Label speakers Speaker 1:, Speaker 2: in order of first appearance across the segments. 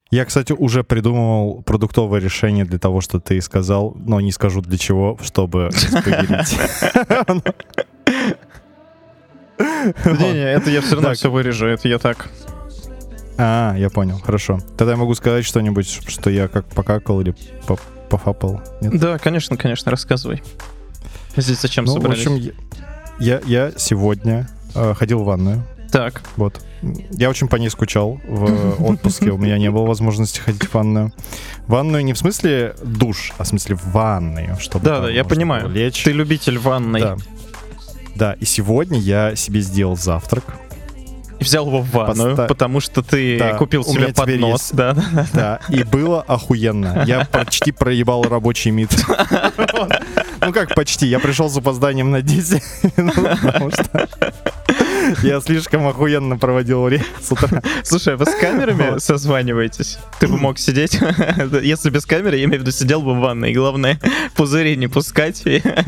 Speaker 1: Я, кстати, уже придумывал продуктовое решение для того, что ты сказал, но не скажу для чего, чтобы спойлерить.
Speaker 2: Не-не, это я все равно все вырежу, это я так.
Speaker 1: Я понял, хорошо. Тогда я могу сказать что-нибудь, что я как покакал или пофапал. Нет?
Speaker 2: Да, конечно, рассказывай. Здесь зачем собрались?
Speaker 1: В общем, я сегодня ходил в ванную.
Speaker 2: Так.
Speaker 1: Вот. Я очень по ней скучал в отпуске, у меня не было возможности ходить в ванную. В ванную не в смысле душ, а в смысле в ванную, чтобы
Speaker 2: Да, я понимаю.
Speaker 1: Лечь.
Speaker 2: Ты любитель ванной.
Speaker 1: Да, и сегодня я себе сделал завтрак.
Speaker 2: Взял его в ванную, потому что ты купил себе поднос.
Speaker 1: Да, и было охуенно. Я почти проебал рабочий МИД. Ну как почти, я пришел с опозданием на 10 минут, потому что я слишком охуенно проводил время с утра.
Speaker 2: Слушай, вы с камерами созваниваетесь? Ты бы мог сидеть, если без камеры, я имею в виду, сидел бы в ванной. Главное, пузыри не пускать.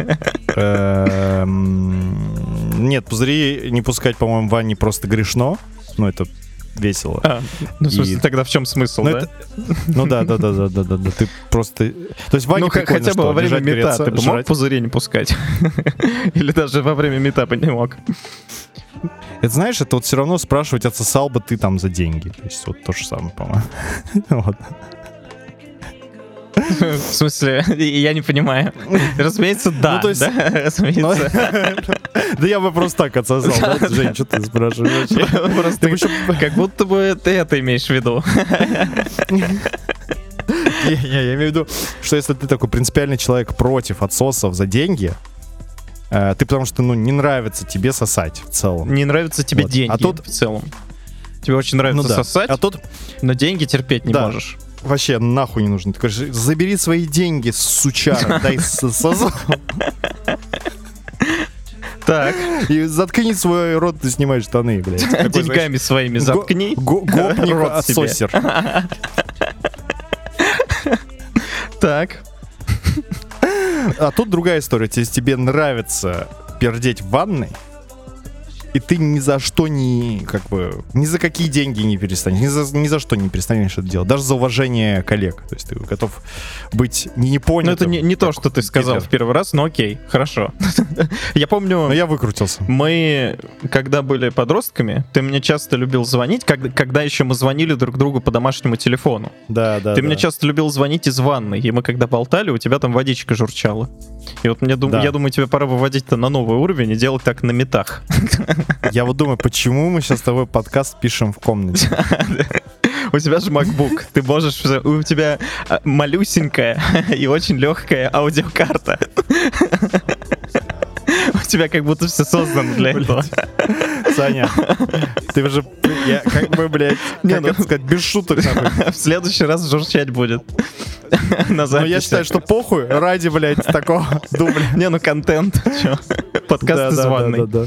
Speaker 1: Нет, пузыри не пускать, по-моему, в ванне просто грешно. Ну, это весело.
Speaker 2: Ну, в смысле, тогда в чем смысл, да?
Speaker 1: Ну да. Ты просто... То есть в ванне прикольно,
Speaker 2: хотя бы во время мета ты бы мог пузыри не пускать? Или даже во время мета бы не мог?
Speaker 1: Это, знаешь, это вот все равно спрашивать, отсосал бы ты там за деньги. То есть вот то же самое, по-моему. Вот.
Speaker 2: В смысле, я не понимаю. Разумеется, да. Ну, то есть... Да, разумеется.
Speaker 1: Да я бы просто так отсосал, да? Жень, что ты спрашиваешь?
Speaker 2: Просто как будто бы ты это имеешь в виду.
Speaker 1: Я имею в виду, что если ты такой принципиальный человек против отсосов за деньги, ты потому что, не нравится тебе сосать в целом.
Speaker 2: Не нравятся тебе деньги в целом. Тебе очень нравится сосать, но деньги терпеть не можешь.
Speaker 1: Вообще нахуй не нужно. Ты говоришь, забери свои деньги, сучара, дай сосал.
Speaker 2: Так.
Speaker 1: И заткни свой рот, ты снимаешь штаны, блядь.
Speaker 2: Деньгами своими заткни.
Speaker 1: Гопник отсосер.
Speaker 2: Так.
Speaker 1: А тут другая история. Если тебе нравится пердеть в ванной, и ты ни за что ни за какие деньги не перестанешь, ни за что не перестанешь это делать, даже за уважение коллег. То есть ты готов быть непонятым.
Speaker 2: Ну это не то, что ты сказал в первый раз, но окей, хорошо. Я помню...
Speaker 1: Но я выкрутился.
Speaker 2: Мы, когда были подростками, ты мне часто любил звонить, когда еще мы звонили друг другу по домашнему телефону.
Speaker 1: Да.
Speaker 2: Ты мне часто любил звонить из ванной, и мы когда болтали, у тебя там водичка журчала. И вот я думаю, тебе пора выводить-то на новый уровень и делать так на метах.
Speaker 1: Я вот думаю, почему мы сейчас с тобой подкаст пишем в комнате?
Speaker 2: У тебя же MacBook, ты можешь... У тебя малюсенькая и очень легкая аудиокарта. У тебя как будто все создано для этого.
Speaker 1: Саня, ты уже... Я как бы, блядь, как это сказать, без шуток.
Speaker 2: В следующий раз журчать будет.
Speaker 1: Но я считаю, что похуй ради, блядь, такого дубля.
Speaker 2: Не, контент. Подкаст из ванной.
Speaker 1: Да.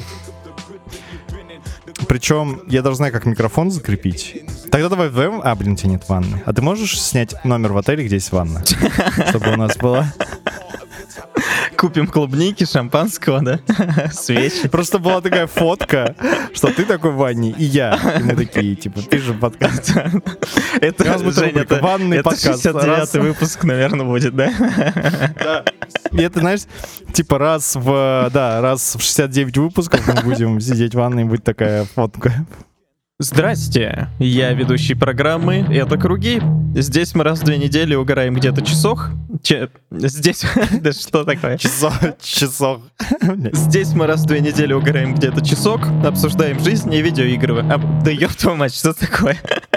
Speaker 1: Причем я даже знаю, как микрофон закрепить. Тогда давай вдвоем... у тебя нет ванны. А ты можешь снять номер в отеле, где есть ванна? Чтобы у нас была...
Speaker 2: Купим клубники, шампанского, да? Свечи.
Speaker 1: Просто была такая фотка, что ты такой в ванне, и я. И мы такие, пишем подкаст.
Speaker 2: Это, Жень, это
Speaker 1: ванный подкаст.
Speaker 2: 69-й выпуск, наверное, будет, да?
Speaker 1: Да. И это, знаешь, раз в 69 выпусков мы будем сидеть в ванной, и будет такая фотка.
Speaker 2: Здрасте, я ведущий программы «Это Круги». Здесь мы раз в 2 недели угораем где-то часок. Здесь... Да что такое?
Speaker 1: Часок.
Speaker 2: Здесь мы раз в 2 недели угораем где-то часок, обсуждаем жизнь и видеоигры. Да ёб твою мать, что такое?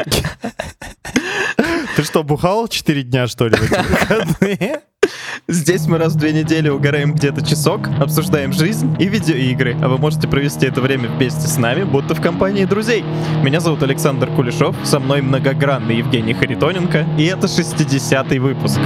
Speaker 1: Ты что, бухал 4 дня, что ли, в эти выходные?
Speaker 2: Здесь мы раз в 2 недели угораем где-то часок, обсуждаем жизнь и видеоигры, а вы можете провести это время вместе с нами, будто в компании друзей. Меня зовут Александр Кулешов, со мной многогранный Евгений Харитоненко, и это 60-й выпуск.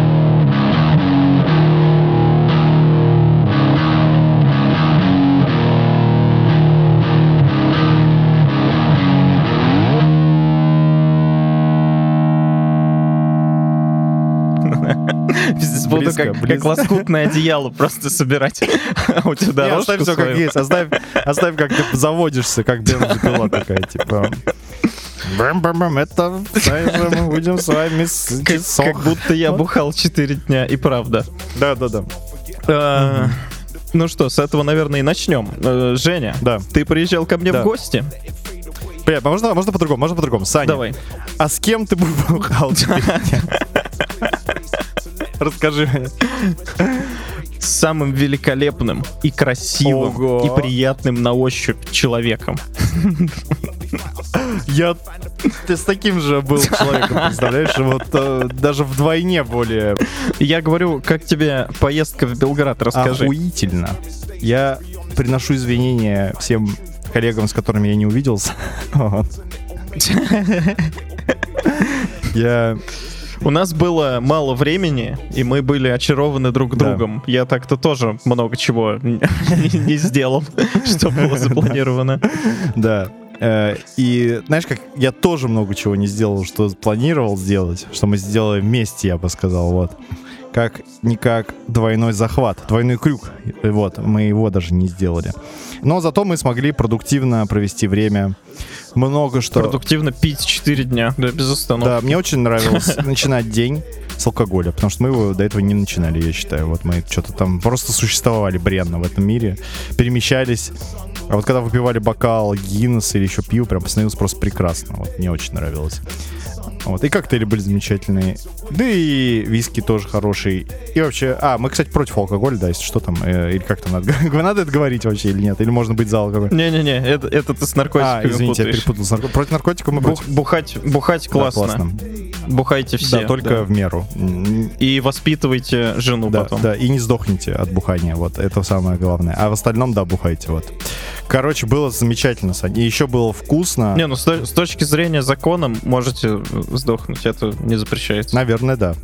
Speaker 2: Здесь буду как лоскутное одеяло просто собирать. У тебя дорожку
Speaker 1: оставь все как есть. Оставь, как ты заводишься, как бензопила такая, Бэм-бэм-бэм, это мы будем с вами
Speaker 2: Как будто я бухал 4 дня, и правда.
Speaker 1: Да.
Speaker 2: Ну что, с этого, наверное, и начнем. Женя,
Speaker 1: Да.
Speaker 2: ты приезжал ко мне в гости?
Speaker 1: Привет, можно по-другому. Саня,
Speaker 2: Давай.
Speaker 1: а с кем ты бухал? Расскажи мне.
Speaker 2: С самым великолепным и красивым
Speaker 1: Ого.
Speaker 2: и приятным на ощупь человеком.
Speaker 1: Ты с таким же был человеком, представляешь? Вот даже вдвойне более
Speaker 2: Я говорю, как тебе поездка в Белград, расскажи.
Speaker 1: охуительно. Я приношу извинения всем коллегам, с которыми я не увиделся. Вот.
Speaker 2: У нас было мало времени, и мы были очарованы друг
Speaker 1: Да.
Speaker 2: другом. Я так-то тоже много чего не сделал, что было запланировано.
Speaker 1: Да. И знаешь, как я тоже много чего не сделал, что планировал сделать, что мы сделали вместе, я бы сказал, вот. Как-никак двойной захват, двойной крюк. Вот, мы его даже не сделали. Но зато мы смогли продуктивно провести время. Много что...
Speaker 2: Продуктивно пить 4 дня, да, без остановки.
Speaker 1: Да, мне очень нравилось начинать день с алкоголя, потому что мы его до этого не начинали, я считаю. Вот мы что-то там просто существовали бренно в этом мире, перемещались. А вот когда выпивали бокал Гиннесса или еще пиво, прям становилось просто прекрасно. Вот мне очень нравилось. Вот. И коктейли были замечательные. Да и виски тоже хороший. И вообще... мы, кстати, против алкоголя, да, если что там. Или как там надо... Надо это говорить вообще или нет? Или можно быть за алкоголь?
Speaker 2: Не-не-не, это ты с наркотиками
Speaker 1: извините, я
Speaker 2: путаешь.
Speaker 1: перепутал. Против наркотиков мы против.
Speaker 2: Бухать классно.
Speaker 1: Да, классно.
Speaker 2: Бухайте все.
Speaker 1: Да, только в меру.
Speaker 2: И воспитывайте жену
Speaker 1: Да,
Speaker 2: потом.
Speaker 1: да, и не сдохните от бухания, вот, это самое главное. А в остальном, да, бухайте, вот. Короче, было замечательно, Сань. И еще было вкусно.
Speaker 2: Не, ну с точки зрения закона можете сдохнуть, это не запрещается.
Speaker 1: Наверное, да.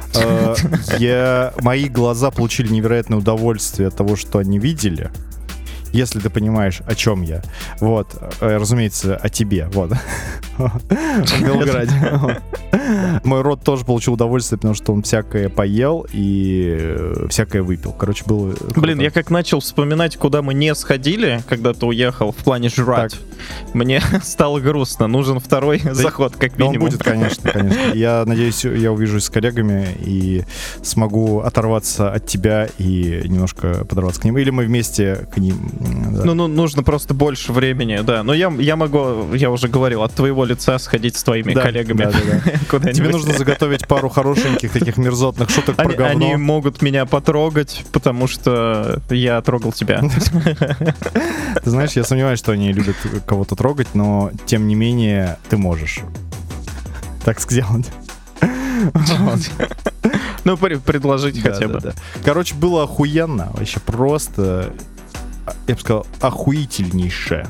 Speaker 1: Мои глаза получили невероятное удовольствие от того, что они видели. Если ты понимаешь, о чем я. Вот, разумеется, о тебе. Вот. В Белграде. Мой рот тоже получил удовольствие, потому что он всякое поел и всякое выпил. Короче, было...
Speaker 2: Блин, я как начал вспоминать, куда мы не сходили, когда ты уехал, в плане жрать. Мне стало грустно. Нужен второй заход, как
Speaker 1: Да, он
Speaker 2: минимум.
Speaker 1: будет, конечно. Я надеюсь, я увижусь с коллегами и смогу оторваться от тебя и немножко подорваться к ним. Или мы вместе к ним. Да.
Speaker 2: Ну, нужно просто больше времени, да. Но я могу, я уже говорил, от твоего лица сходить с твоими коллегами.
Speaker 1: Да.
Speaker 2: Куда-нибудь.
Speaker 1: Тебе нужно заготовить пару хорошеньких таких мерзотных шуток про говно.
Speaker 2: Они могут меня потрогать, потому что я трогал тебя.
Speaker 1: Ты знаешь, я сомневаюсь, что они любят кого-то трогать, но тем не менее ты можешь так сделать.
Speaker 2: Ну, предложить хотя бы.
Speaker 1: Да. Короче, было охуенно. Вообще просто, я бы сказал, охуительнейшее.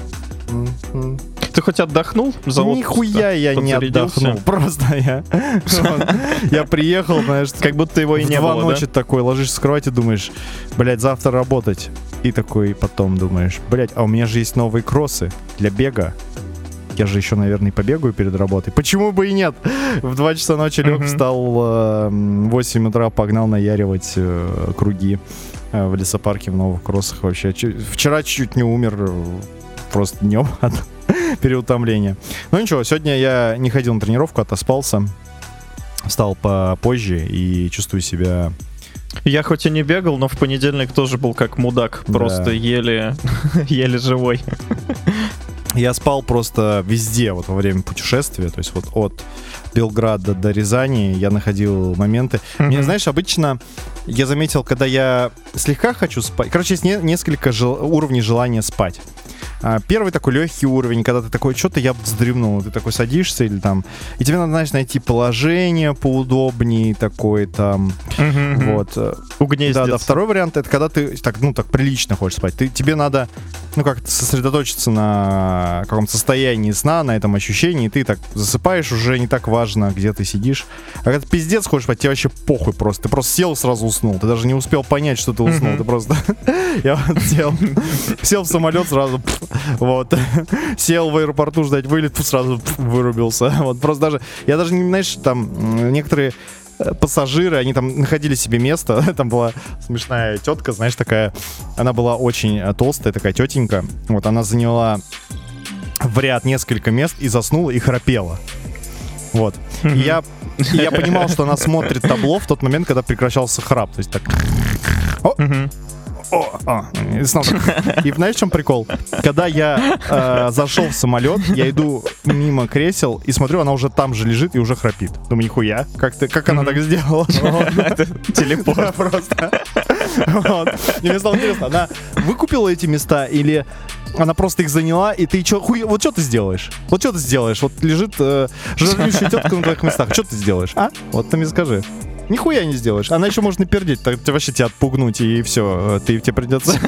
Speaker 2: Ты хоть отдохнул?
Speaker 1: Нихуя я не отдохнул. Просто я приехал, знаешь,
Speaker 2: как будто его и не было,
Speaker 1: в 2 ночи такой, ложишься в кровать и думаешь, блядь, завтра работать. И такой потом думаешь, блядь, а у меня же есть новые кроссы для бега. Я же еще, наверное, побегаю перед работой. Почему бы и нет? В 2 часа ночи лег, встал, в 8 утра погнал наяривать круги в лесопарке в новых кроссах. Вообще, вчера чуть не умер просто днем от переутомления. Ну ничего, сегодня я не ходил на тренировку, отоспался. Встал попозже и чувствую себя...
Speaker 2: Я хоть и не бегал, но в понедельник тоже был как мудак. Просто еле живой.
Speaker 1: Я спал просто везде вот во время путешествия. То есть вот от Белграда до Рязани я находил моменты. Мне, знаешь, обычно я заметил, когда я слегка хочу спать... Короче, есть несколько уровней желания спать. Первый такой легкий уровень, когда ты такой, что-то я вздремнул, ты такой садишься или там, и тебе надо, знаешь, найти положение поудобнее, такое там, вот.
Speaker 2: Угнездиться.
Speaker 1: Да, второй вариант, это когда ты так прилично хочешь спать. Тебе надо, как-то сосредоточиться на каком-то состоянии сна, на этом ощущении, и ты так засыпаешь, уже не так важно, где ты сидишь. А когда ты пиздец хочешь спать, тебе вообще похуй просто. Ты просто сел и сразу уснул. Ты даже не успел понять, что ты уснул. Ты просто... Я вот сел в самолет сразу... Вот. Сел в аэропорту ждать вылет, сразу вырубился. Вот просто даже... Я даже не, знаешь, там некоторые пассажиры, они там находили себе место. Там была смешная тетка, знаешь, такая. Она была очень толстая, такая тетенька. Вот, она заняла в ряд несколько мест и заснула, и храпела. Вот. И я понимал, что она смотрит табло в тот момент, когда прекращался храп. То есть так... И снова. И знаешь, в чем прикол? Когда я зашел в самолет, я иду мимо кресел и смотрю, она уже там же лежит и уже храпит. Думаю, нихуя, как она так сделала?
Speaker 2: Телепорт
Speaker 1: просто. И мне стало интересно, она выкупила эти места или она просто их заняла, и ты вот что ты сделаешь? Вот что ты сделаешь? Вот лежит жирнющая тетка на твоих местах. Что ты сделаешь? Вот ты мне скажи. Нихуя не сделаешь. Она еще может напердеть, так вообще тебя отпугнуть, и все, тебе придется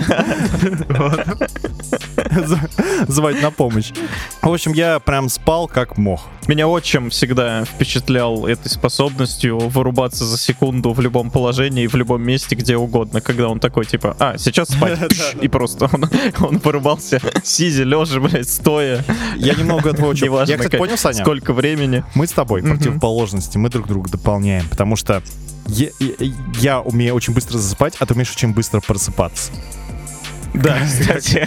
Speaker 1: звать на помощь. В общем, я прям спал как мог.
Speaker 2: Меня отчим всегда впечатлял этой способностью вырубаться за секунду в любом положении, в любом месте, где угодно, когда он такой, типа, сейчас спать, и просто он вырубался, сидя, лежа, блядь, стоя.
Speaker 1: Я немного этого очень... Я, кстати, понял, Саня?
Speaker 2: Сколько времени.
Speaker 1: Мы с тобой противоположности, мы друг друга дополняем, потому что я умею очень быстро засыпать, а ты умеешь очень быстро просыпаться.
Speaker 2: Да, кстати.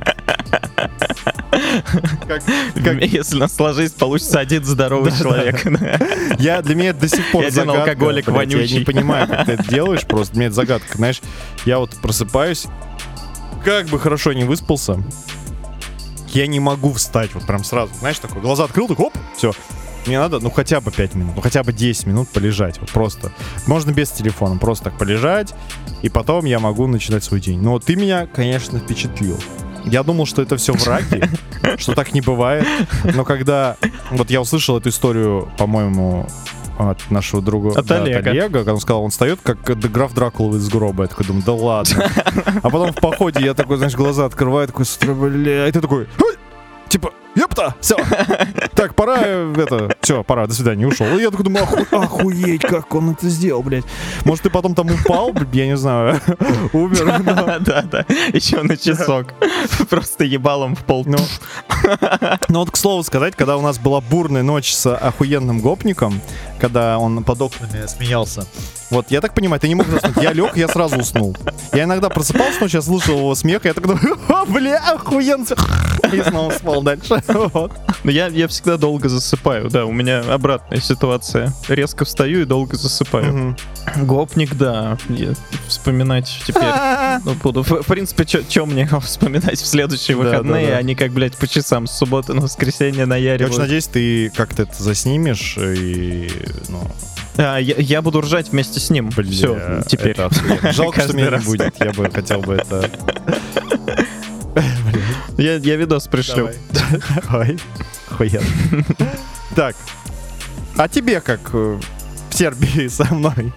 Speaker 2: Если нас сложить, получится один здоровый человек.
Speaker 1: Для меня это до сих пор загадка.
Speaker 2: Один алкоголик вонючий.
Speaker 1: Я не понимаю, как ты это делаешь, просто для меня это загадка. Знаешь, я вот просыпаюсь, как бы хорошо не выспался, я не могу встать вот прям сразу. Знаешь, такой, глаза открыл, так оп, все. Мне надо, хотя бы 5 минут, хотя бы 10 минут полежать, вот просто. Можно без телефона, просто так полежать, и потом я могу начинать свой день. Но ты меня, конечно, впечатлил. Я думал, что это все враки, что так не бывает. Но когда вот я услышал эту историю, по-моему, от нашего друга
Speaker 2: от Олега,
Speaker 1: когда он сказал, он встает как граф Дракула из гроба. Я такой думаю, да ладно. А потом в походе я такой, знаешь, глаза открываю, такой, бля, и ты такой, типа, ёпта, все, так, пора, все, пора, до свидания, ушел. И я такой думаю, охуеть, как он это сделал, блядь. Может, ты потом там упал, я не знаю, умер.
Speaker 2: Да, еще на часок, просто ебалом в пол.
Speaker 1: Ну вот, к слову сказать, когда у нас была бурная ночь с охуенным гопником, когда он под окнами смеялся, вот, я так понимаю, ты не мог заснуть. Я лег, я сразу уснул. Я иногда просыпался ночью, я слышал его смех, и я так думаю, бля, охуенно. И снова спал дальше. Вот.
Speaker 2: Но я всегда долго засыпаю, да, у меня обратная ситуация. Резко встаю и долго засыпаю. Гопник, да, вспоминать теперь буду. В принципе, что мне вспоминать в следующие выходные, они как, блядь, по часам с субботы на воскресенье наяривают.
Speaker 1: Я очень надеюсь, ты как-то это заснимешь и,
Speaker 2: я буду ржать вместе с ним.
Speaker 1: Блин,
Speaker 2: все, теперь.
Speaker 1: Жалко, что меня не будет. Я бы хотел бы это...
Speaker 2: Я видос пришлю.
Speaker 1: Давай. Охуенно. Так. А тебе как в Сербии со мной?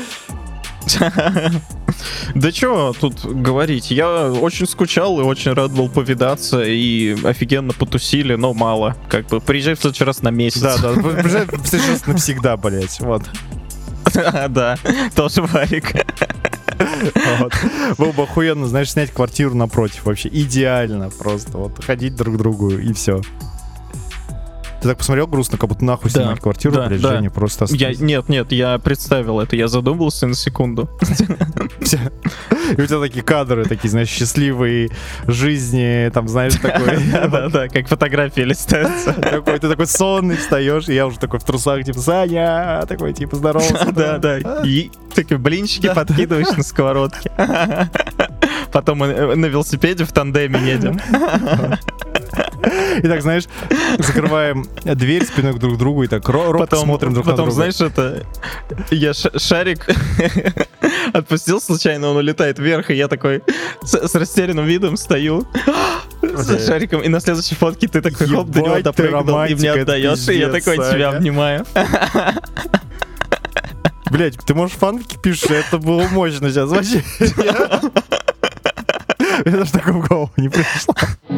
Speaker 2: Да чё тут говорить, я очень скучал и очень рад был повидаться, и офигенно потусили, но мало. Как бы приезжай в следующий раз на месяц.
Speaker 1: Да, приезжай в следующий раз навсегда, блять, вот.
Speaker 2: Да, тоже варик.
Speaker 1: Вот. Было бы охуенно, знаешь, снять квартиру напротив, вообще идеально просто, вот, ходить друг к другу и все. Ты так посмотрел грустно, как будто нахуй снимать квартиру, блядь, Женя, просто...
Speaker 2: Нет, я представил это, я задумался на секунду.
Speaker 1: И у тебя такие кадры, такие, знаешь, счастливые жизни, там, знаешь, такой...
Speaker 2: Да, как фотографии листаются.
Speaker 1: Ты такой сонный встаешь, и я уже такой в трусах, типа, Саня, такой, типа, здоровался.
Speaker 2: Да, и такие блинчики подкидываешь на сковородке. Потом мы на велосипеде в тандеме едем.
Speaker 1: И так, знаешь, закрываем дверь спиной друг к другу и так робко смотрим друг на друга.
Speaker 2: Потом, знаешь, это... Я шарик отпустил случайно, он улетает вверх, и я такой с растерянным видом стою с шариком, и на следующей фотке ты такой, хоп, до него допрыгнул, и мне отдаешь, и я такой тебя обнимаю.
Speaker 1: Блять, ты можешь фанфики пишешь, это было мощно сейчас вообще. Это даже такое в голову не пришло.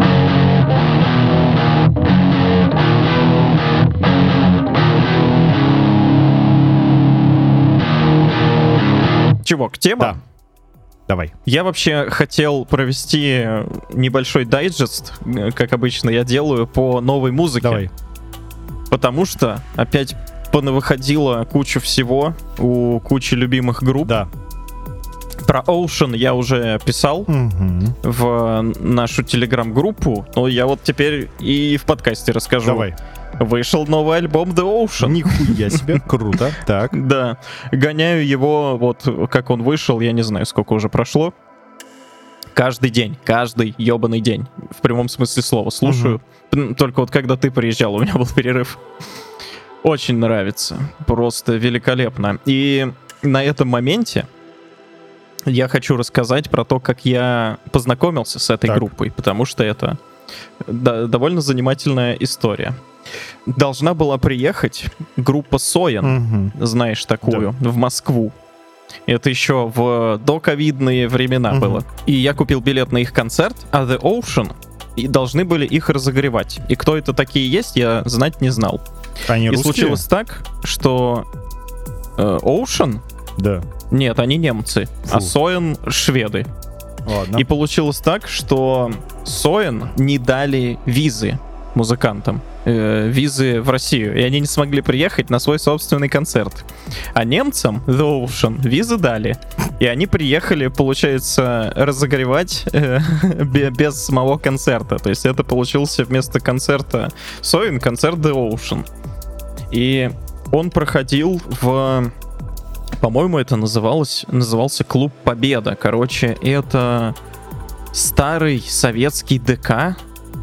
Speaker 2: Чего, к темам?
Speaker 1: Да. Давай.
Speaker 2: Я вообще хотел провести небольшой дайджест, как обычно я делаю, по новой музыке.
Speaker 1: Давай.
Speaker 2: Потому что опять понавыходило кучу всего у кучи любимых групп.
Speaker 1: Да.
Speaker 2: Про Ocean я уже писал в нашу телеграм-группу, но я вот теперь и в подкасте расскажу.
Speaker 1: Давай.
Speaker 2: Вышел новый альбом The Ocean.
Speaker 1: Нихуя себе, круто. Так.
Speaker 2: Да, гоняю его, вот как он вышел, я не знаю, сколько уже прошло. Каждый день, каждый ебаный день, в прямом смысле слова, слушаю. Только вот когда ты приезжал, у меня был перерыв. Очень нравится, просто великолепно. И на этом моменте я хочу рассказать про то, как я познакомился с этой группой, потому что это довольно занимательная история. Должна была приехать группа Соен, знаешь такую, в Москву. Это еще в доковидные времена было. И я купил билет на их концерт, а The Ocean и должны были их разогревать. И кто это такие есть, я знать не знал.
Speaker 1: Они
Speaker 2: и
Speaker 1: русские?
Speaker 2: Случилось так, что Ocean...
Speaker 1: Да.
Speaker 2: Нет, они немцы, а Soen шведы.
Speaker 1: Ладно.
Speaker 2: И получилось так, что Soen не дали визы музыкантам, визы в Россию, и они не смогли приехать на свой собственный концерт. А немцам The Ocean визы дали, и они приехали, получается, разогревать без самого концерта. То есть это получился вместо концерта Soen концерт The Ocean. И он проходил в... По-моему, это назывался Клуб Победа. Короче, это старый советский ДК,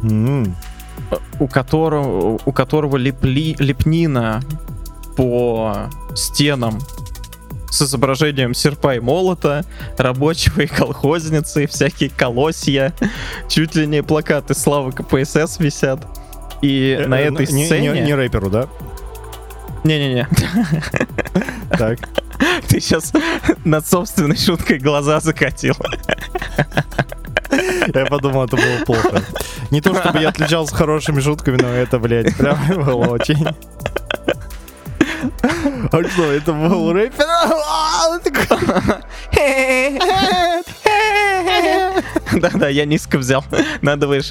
Speaker 2: у которого лепнина по стенам с изображением серпа и молота, рабочего и колхозницы, всякие колосья, чуть ли не плакаты славы КПСС висят. И на этой сцене...
Speaker 1: Не рэперу, да?
Speaker 2: Не-не-не.
Speaker 1: Так.
Speaker 2: Ты сейчас над собственной шуткой глаза закатил.
Speaker 1: Я подумал, это было плохо. Не то, чтобы я отличался хорошими шутками, но это, блядь, прям было очень... А что, это был рэпер?
Speaker 2: Да-да, я низко взял. Надо выше.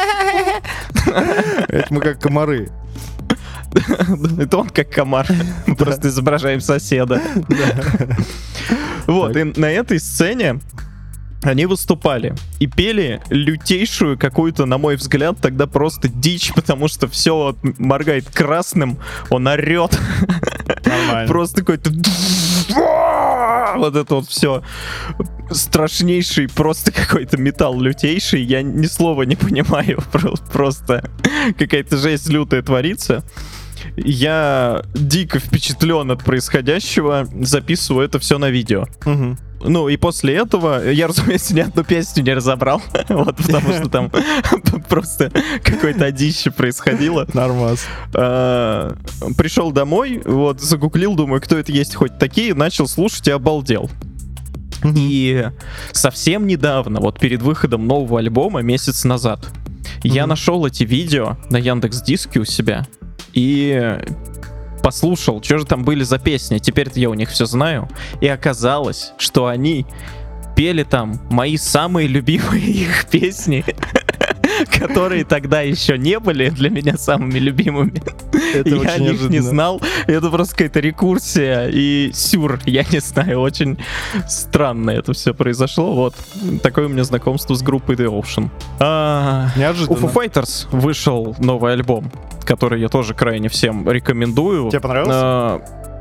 Speaker 1: Это мы как комары.
Speaker 2: Это он как комар. Просто изображаем соседа. Вот, и на этой сцене они выступали и пели лютейшую какую-то, на мой взгляд, тогда просто дичь, потому что все моргает красным, он орет.
Speaker 1: Нормально.
Speaker 2: Просто какой-то... Вот это вот все страшнейший, просто какой-то металл лютейший. Я ни слова не понимаю, просто какая-то жесть лютая творится. Я дико впечатлен от происходящего, записываю это все на видео. Ну и после этого я, разумеется, ни одну песню не разобрал, вот, потому что там просто какое-то одище происходило.
Speaker 1: Нормас.
Speaker 2: Пришел домой, вот, загуглил, думаю, кто это есть хоть такие, начал слушать и обалдел. И совсем недавно, вот перед выходом нового альбома, месяц назад, я нашел эти видео на Яндекс.Диске у себя и послушал, что же там были за песни. Теперь-то я у них все знаю. И оказалось, что они пели там мои самые любимые их песни, которые тогда еще не были для меня самыми любимыми. Я о них не знал. Это просто какая-то рекурсия и сюр. Я не знаю, очень странно это все произошло. Вот. Такое у меня знакомство с группой The Ocean.
Speaker 1: Неожиданно.
Speaker 2: У Foo Fighters вышел новый альбом, который я тоже крайне всем рекомендую.
Speaker 1: Тебе понравился?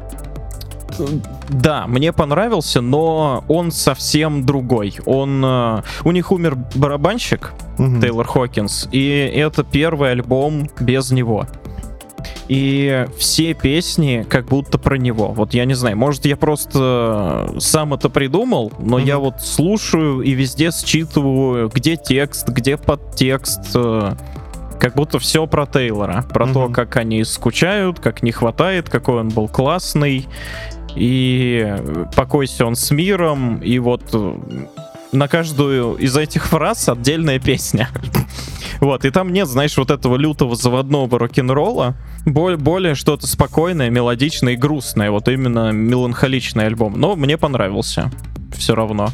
Speaker 2: Да, мне понравился, но он совсем другой. У них умер барабанщик Тейлор Хокинс, и это первый альбом без него. И все песни как будто про него. Вот я не знаю, может я просто сам это придумал, но я вот слушаю и везде считываю, где текст, где подтекст. Как будто все про Тейлора, про то, как они скучают, как не хватает, какой он был классный. И покойся он с миром. И вот на каждую из этих фраз отдельная песня. Вот, и там нет, знаешь, вот этого лютого заводного рок-н-ролла. Более что-то спокойное, мелодичное и грустное. Вот именно меланхоличный альбом. Но мне понравился все равно.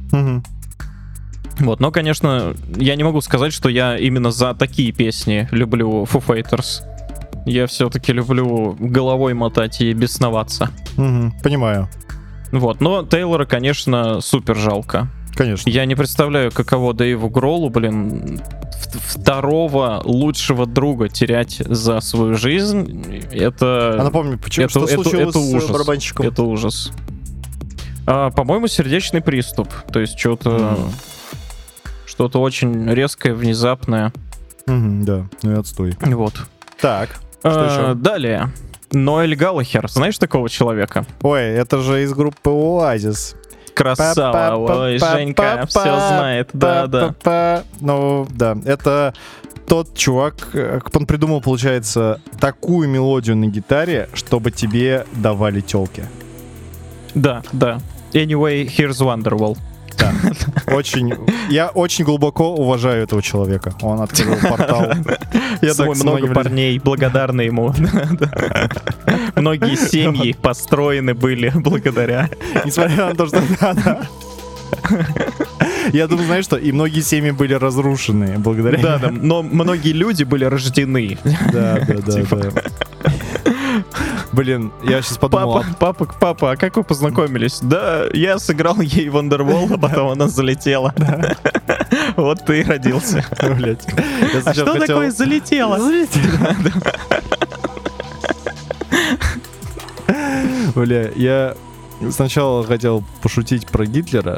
Speaker 2: Вот, но, конечно, я не могу сказать, что я именно за такие песни люблю Foo Fighters. Я все-таки люблю головой мотать и бесноваться.
Speaker 1: Понимаю.
Speaker 2: Вот, но Тейлора, конечно, супер жалко.
Speaker 1: Конечно.
Speaker 2: Я не представляю, каково Дэйву Гроллу, второго лучшего друга терять за свою жизнь. Это...
Speaker 1: А напомню, почему, что случилось с барабанщиком?
Speaker 2: Это ужас. По-моему, сердечный приступ. То есть что-то очень резкое, внезапное.
Speaker 1: Да, ну и отстой.
Speaker 2: Вот.
Speaker 1: Так, что еще?
Speaker 2: Далее. Ноэль Галлахер. Знаешь такого человека?
Speaker 1: Ой, это же из группы Оазис.
Speaker 2: Красава. Ой, Женька все знает. Да.
Speaker 1: Ну, да, это тот чувак, он придумал, получается, такую мелодию на гитаре, чтобы тебе давали тёлки.
Speaker 2: Да. Anyway, here's Wonderwall.
Speaker 1: Да. Я очень глубоко уважаю этого человека. Он открыл портал.
Speaker 2: Я думаю, много парней благодарны ему. Многие семьи построены были благодаря.
Speaker 1: Несмотря на то, что... Я думаю, знаешь что, и многие семьи были разрушены благодаря...
Speaker 2: Да, но многие люди были рождены.
Speaker 1: Да. Блин, я сейчас подумал...
Speaker 2: Папа, а как вы познакомились? Да, я сыграл ей Wonderwall, а потом она залетела. Вот ты и родился.
Speaker 1: Блять.
Speaker 2: А что такое залетело?
Speaker 1: Бля, я сначала хотел пошутить про Гитлера.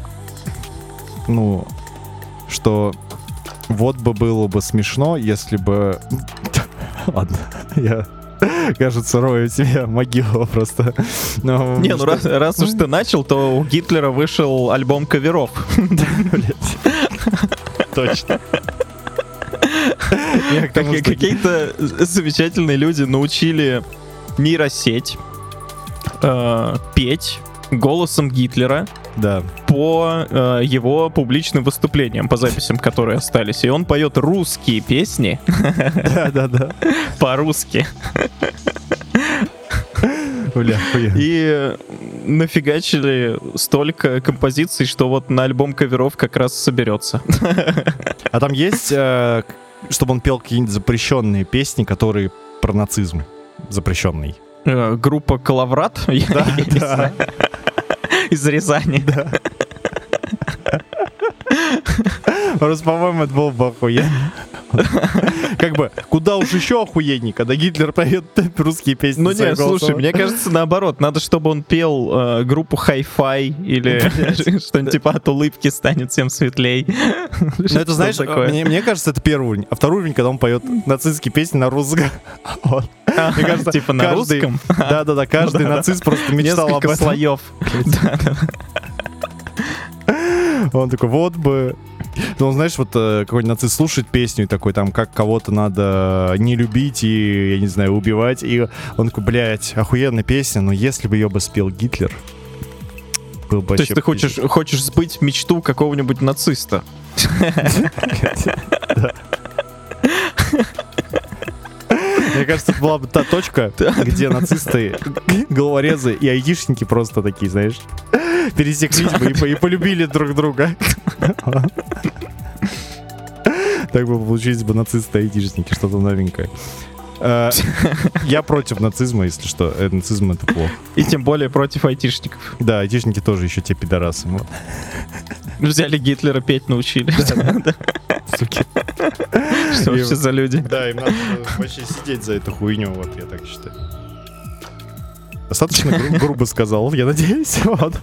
Speaker 1: Ну, что вот бы было бы смешно, если бы... Ладно, я... Кажется, рою тебе могилу просто.
Speaker 2: Но, не, ну раз уж ты начал, то у Гитлера вышел альбом каверов.
Speaker 1: Точно.
Speaker 2: Какие-то замечательные люди научили нейросеть петь голосом Гитлера.
Speaker 1: Да.
Speaker 2: По его публичным выступлениям, по записям, которые остались. И он поет русские песни.
Speaker 1: Да.
Speaker 2: По-русски.
Speaker 1: Бля.
Speaker 2: И нафигачили столько композиций, что вот на альбом каверов как раз соберется.
Speaker 1: А там есть, чтобы он пел какие-нибудь запрещенные песни, которые про нацизм запрещенный?
Speaker 2: Группа Калаврат?
Speaker 1: Да.
Speaker 2: Из Рязани.
Speaker 1: Да. Просто, по-моему, это было бы охуенно. Как бы, куда уж еще охуенней, когда Гитлер поет русские песни.
Speaker 2: Ну нет, слушай, мне кажется, наоборот. Надо, чтобы он пел группу Hi-Fi или что-нибудь типа «От улыбки станет всем светлей».
Speaker 1: Ну это, знаешь, мне кажется, это первый уровень. А второй уровень, когда он поет нацистские песни на русском.
Speaker 2: Мне кажется, типа на русском?
Speaker 1: Да, каждый нацист просто мечтал об этом.
Speaker 2: Несколько слоев.
Speaker 1: Он такой, вот бы... Ну, знаешь, вот какой-нибудь нацист слушает песню и такой, там, как кого-то надо не любить и, я не знаю, убивать. И он такой, блядь, охуенная песня, но если бы ее бы спел Гитлер, был бы...
Speaker 2: То есть ты хочешь сбыть мечту какого-нибудь нациста?
Speaker 1: Мне кажется, это была бы та точка, где нацисты, головорезы и айтишники просто такие, знаешь, пересеклись бы и полюбили друг друга. Так бы получились бы нацисты и айтишники, что-то новенькое. Я против нацизма, если что. Нацизм — это плохо.
Speaker 2: И тем более против айтишников.
Speaker 1: Да, айтишники тоже еще те пидорасы. Вот.
Speaker 2: Взяли Гитлера петь, научили.
Speaker 1: Суки.
Speaker 2: Что вообще за люди?
Speaker 1: Да, им надо вообще сидеть за эту хуйню, вот я так считаю. Достаточно грубо сказал, я надеюсь. Вот.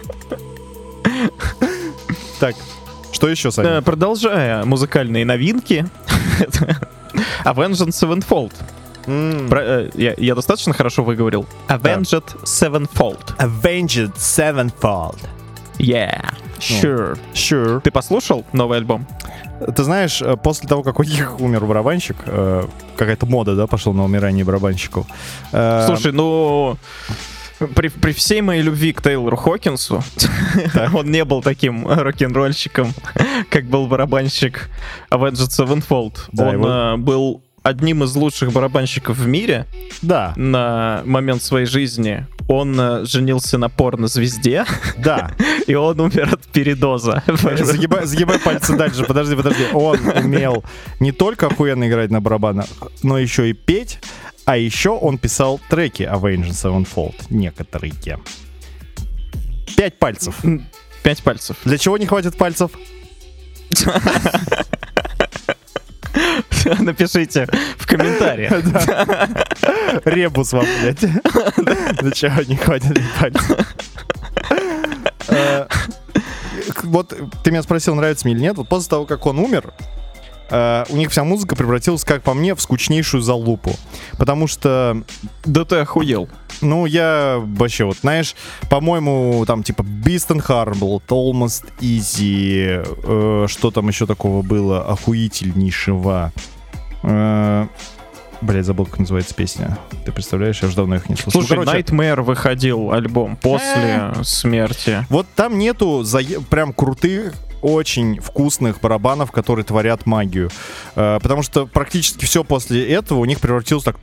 Speaker 1: Так, что еще, Саня?
Speaker 2: Продолжая музыкальные новинки. Avenged Sevenfold. Я достаточно хорошо выговорил? Avenged Sevenfold.
Speaker 1: Avenged Sevenfold.
Speaker 2: Yeah, sure. Ты послушал новый альбом?
Speaker 1: Ты знаешь, после того, как у них умер барабанщик, какая-то мода, да, пошла на умирание барабанщиков.
Speaker 2: Слушай, ну... При всей моей любви к Тейлору Хокинсу, он не был таким рок-н-ролльщиком, как был барабанщик Avenged Sevenfold. Он был одним из лучших барабанщиков в мире.
Speaker 1: Да.
Speaker 2: На момент своей жизни. Он женился на порнозвезде.
Speaker 1: Да.
Speaker 2: И он умер от передоза.
Speaker 1: Загибай пальцы дальше. Подожди. Он умел не только охуенно играть на барабанах, но еще и петь. А еще он писал треки Avenged Sevenfold. Некоторые. 5 пальцев.
Speaker 2: 5 пальцев.
Speaker 1: Для чего не хватит пальцев?
Speaker 2: Напишите в комментариях.
Speaker 1: Ребус вам, блядь. Для чего не хватит пальцев? Вот ты меня спросил, нравится мне или нет. Вот после того, как он умер, у них вся музыка превратилась, как по мне, в скучнейшую залупу. Потому что...
Speaker 2: Да ты охуел.
Speaker 1: Ну, я вообще, вот, знаешь, по-моему, там, типа, Beast and Horrible, Almost Easy, что там еще такого было охуительнейшего. Блять, забыл, как называется песня. Ты представляешь, я уже давно их не слушал.
Speaker 2: Слушай, Nightmare выходил альбом после смерти.
Speaker 1: Вот там нету прям крутых, очень вкусных барабанов, которые творят магию. Потому что практически все после этого у них превратилось так...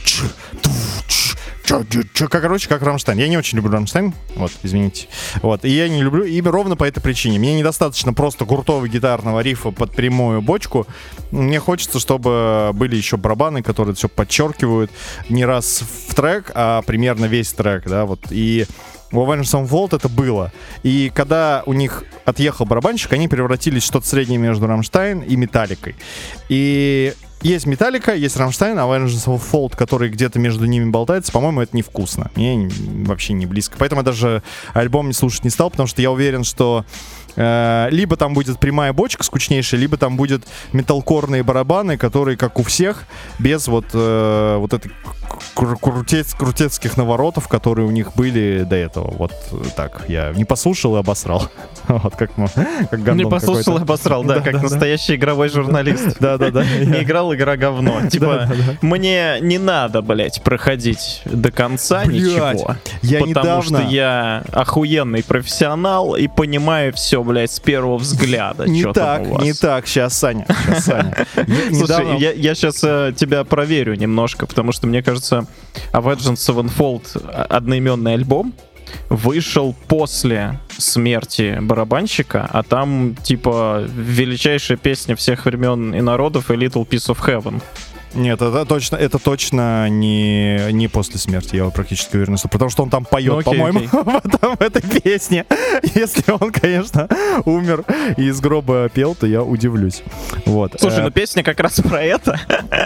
Speaker 1: Короче, как Рамштайн. Я не очень люблю Рамштайн, вот, извините. Вот, и я не люблю именно ровно по этой причине. Мне недостаточно просто крутого гитарного рифа под прямую бочку. Мне хочется, чтобы были еще барабаны, которые все подчеркивают не раз в трек, а примерно весь трек, да, вот. И у Avenged Sevenfold это было. И когда у них отъехал барабанщик, они превратились в что-то среднее между Рамштайн и Металликой. И есть Металлика, есть Рамштайн, а Avenged Sevenfold, который где-то между ними болтается, по-моему, это невкусно. Мне вообще не близко. Поэтому я даже альбом не слушать не стал, потому что я уверен, что либо там будет прямая бочка скучнейшая, либо там будет металкорные барабаны, которые, как у всех, без вот этой крутецких наворотов, которые у них были до этого. Вот так. Я не послушал и обосрал. Вот как гандон.
Speaker 2: Не послушал и обосрал, да, как настоящий игровой журналист.
Speaker 1: Да-да-да.
Speaker 2: Не играл, игра говно. Типа, мне не надо, блять, проходить до конца ничего. Потому что я охуенный профессионал и понимаю все, блядь, с первого взгляда.
Speaker 1: Не так, сейчас, Саня.
Speaker 2: Слушай, я сейчас тебя проверю немножко, потому что, мне кажется, Avenged Sevenfold, одноименный альбом, вышел после смерти барабанщика, а там, типа, величайшая песня всех времен и народов и Little Piece of Heaven.
Speaker 1: Нет, это точно не после смерти, я практически уверен, потому что он там поет, по-моему, в этой песне. Если он, конечно, умер и из гроба пел, то я удивлюсь. Вот.
Speaker 2: Слушай, ну песня как раз про это.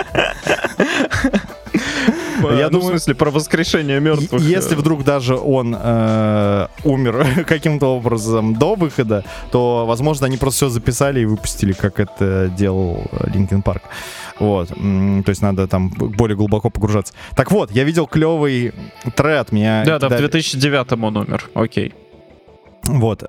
Speaker 2: Я думаю, в смысле, про воскрешение мертвых.
Speaker 1: Если вдруг даже он умер каким-то образом до выхода, то, возможно, они просто все записали и выпустили, как это делал Linkin Park. Вот. То есть надо там более глубоко погружаться. Так вот, я видел клевый тред.
Speaker 2: Да, в 2009 он умер. Окей.
Speaker 1: Вот,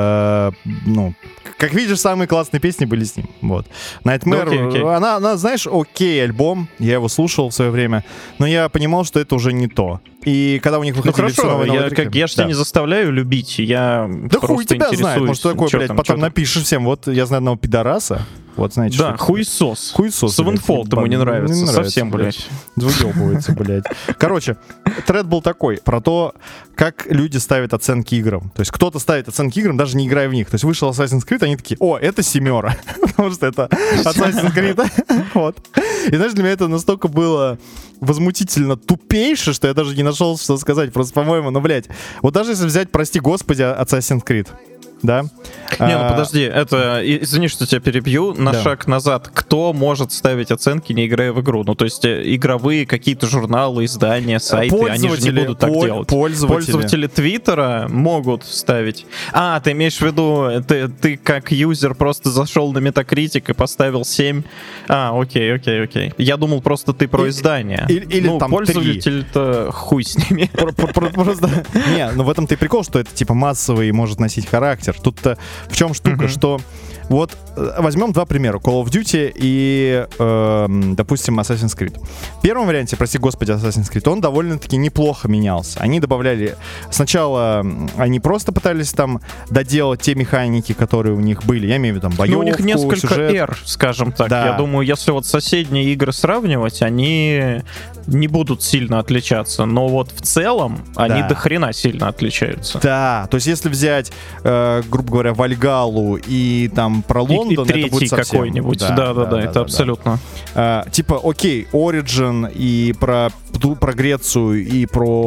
Speaker 1: ну, как видишь, самые классные песни были с ним. Вот. Nightmare, она, знаешь, окей альбом, я его слушал в свое время, но я понимал, что это уже не то. И когда у них выходили все новые треки...
Speaker 2: Я же тебя не заставляю любить, я просто
Speaker 1: хуй тебя знает, может, такое, блядь, потом напишешь всем, вот я знаю одного пидораса, вот, знаете,
Speaker 2: да, хуесос. Sevenfold ему не нравится, совсем, блядь.
Speaker 1: Выебывается, блядь. Короче, тред был такой, про то, как люди ставят оценки играм. То есть кто-то ставит оценки играм, даже не играя в них. То есть вышел Assassin's Creed, они такие: о, это 7, потому что это Assassin's Creed. Вот. И знаешь, для меня это настолько было возмутительно тупейше, что я даже не нашел, что сказать. Просто, по-моему, ну, блядь, вот даже если взять, прости господи, Assassin's Creed, да?
Speaker 2: Не, ну подожди, это, извини, что тебя перебью, на шаг назад. Кто может ставить оценки, не играя в игру? Ну, то есть игровые какие-то журналы, издания, сайты, они же не будут так делать. Пользователи Твиттера могут ставить. А, ты имеешь в виду, ты как юзер просто зашел на Metacritic и поставил 7? А, окей. Я думал, просто ты про издание.
Speaker 1: Или
Speaker 2: ну,
Speaker 1: там
Speaker 2: пользователь-то хуй с ними.
Speaker 1: Просто... Не, ну в этом-то и прикол, что это типа массовый и может носить характер. Тут-то в чем штука, что вот возьмем два примера. Call of Duty и, допустим, Assassin's Creed. В первом варианте, прости господи, Assassin's Creed, он довольно-таки неплохо менялся. Они добавляли... Сначала они просто пытались там доделать те механики, которые у них были. Я имею в виду там боевку,
Speaker 2: у них несколько
Speaker 1: сюжет.
Speaker 2: эр, скажем так.
Speaker 1: Да.
Speaker 2: Я думаю, если вот соседние игры сравнивать, они не будут сильно отличаться. Но вот в целом они до хрена сильно отличаются.
Speaker 1: Да, то есть если взять, грубо говоря, Вальгалу и там там про Лондон,
Speaker 2: и
Speaker 1: это будет совсем...
Speaker 2: какой-нибудь, да, это абсолютно.
Speaker 1: Типа, окей, Origin и про Грецию, и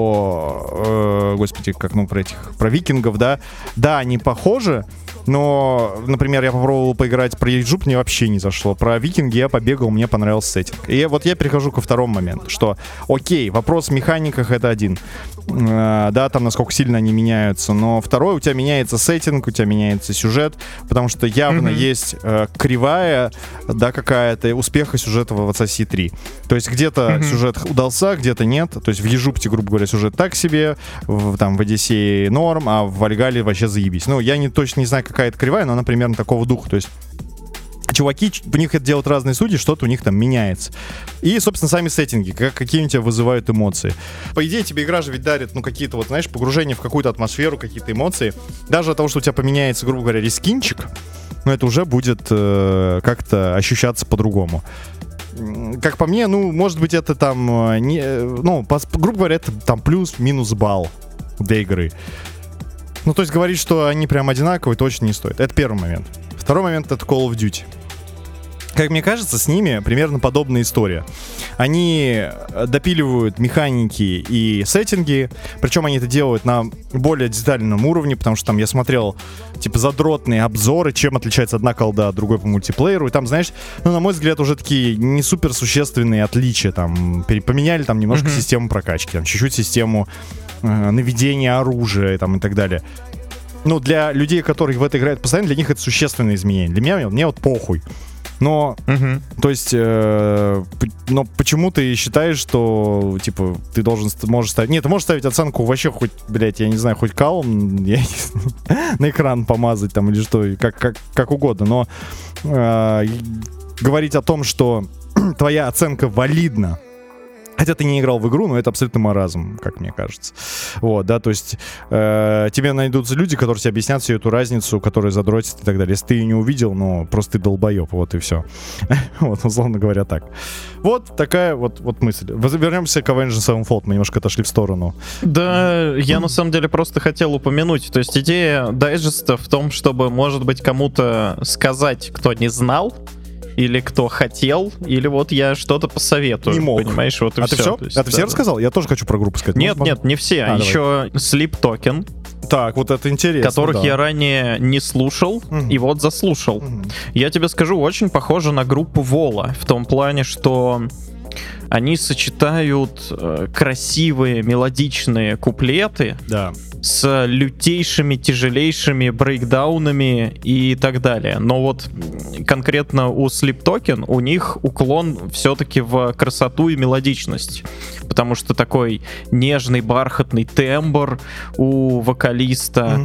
Speaker 1: про, про викингов, да, они похожи, но, например, я попробовал поиграть про Ейджуп, мне вообще не зашло. Про викинги я побегал, мне понравился сеттинг. И вот я перехожу ко второму моменту, что, окей, вопрос в механиках — это один. Да, там насколько сильно они меняются. Но второй, у тебя меняется сеттинг, у тебя меняется сюжет, потому что явно есть кривая, да, какая-то успеха сюжета в Assassin's 3. То есть где-то сюжет удался, где-то нет. То есть в Ежупте, грубо говоря, сюжет так себе, в Одиссее норм, а в Вальгалле вообще заебись. Ну, я точно не знаю, какая это кривая, но она примерно такого духа. То есть чуваки, в них это делают разные судьи, что-то у них там меняется. И, собственно, сами сеттинги, какие у тебя вызывают эмоции. По идее, тебе игра же ведь дарит, какие-то, знаешь, погружение в какую-то атмосферу, какие-то эмоции. Даже от того, что у тебя поменяется, грубо говоря, рескинчик, это уже будет как-то ощущаться по-другому. Как по мне, может быть, это там, грубо говоря, это там плюс-минус балл для игры. То есть говорить, что они прям одинаковые, точно не стоит. Это первый момент. Второй момент — это Call of Duty. Как мне кажется, с ними примерно подобная история. Они допиливают механики и сеттинги, причем они это делают на более детальном уровне, потому что там я смотрел, задротные обзоры, чем отличается одна колда от другой по мультиплееру, и там, знаешь, на мой взгляд, уже такие не супер существенные отличия, там, поменяли там немножко систему прокачки, там, чуть-чуть систему наведения оружия, там, и так далее. Для людей, которые в это играют постоянно, для них это существенные изменения. Для меня, мне вот похуй. Но, то есть, но почему ты считаешь, что, ты можешь ставить... Нет, ты можешь ставить оценку вообще хоть, я не знаю, хоть калом на экран помазать там или что, как угодно, но говорить о том, что твоя оценка валидна, хотя ты не играл в игру, но это абсолютно маразм, как мне кажется. Вот, да, то есть тебе найдутся люди, которые тебе объяснят всю эту разницу, которые задротят и так далее. Если ты ее не увидел, просто ты долбоеб, вот и все. Вот, условно говоря, так. Вот такая вот мысль. Вернемся к Avenged Sevenfold, мы немножко отошли в сторону.
Speaker 2: Да, я на самом деле просто хотел упомянуть, то есть идея дайджеста в том, чтобы, может быть, кому-то сказать, кто не знал, или кто хотел, или вот я что-то посоветую.
Speaker 1: Не мог.
Speaker 2: Понимаешь, вот и
Speaker 1: а
Speaker 2: все.
Speaker 1: Ты все?
Speaker 2: Есть,
Speaker 1: ты все рассказал? Я тоже хочу про группу сказать.
Speaker 2: Нет, не все. Еще Sleep Token.
Speaker 1: Так, вот это интересно.
Speaker 2: Которых я ранее не слушал, и вот заслушал. Я тебе скажу, очень похоже на группу Вола, в том плане, что они сочетают красивые мелодичные куплеты с лютейшими, тяжелейшими брейкдаунами и так далее. Но вот конкретно у Sleep Token у них уклон все-таки в красоту и мелодичность. Потому что такой нежный, бархатный тембр у вокалиста.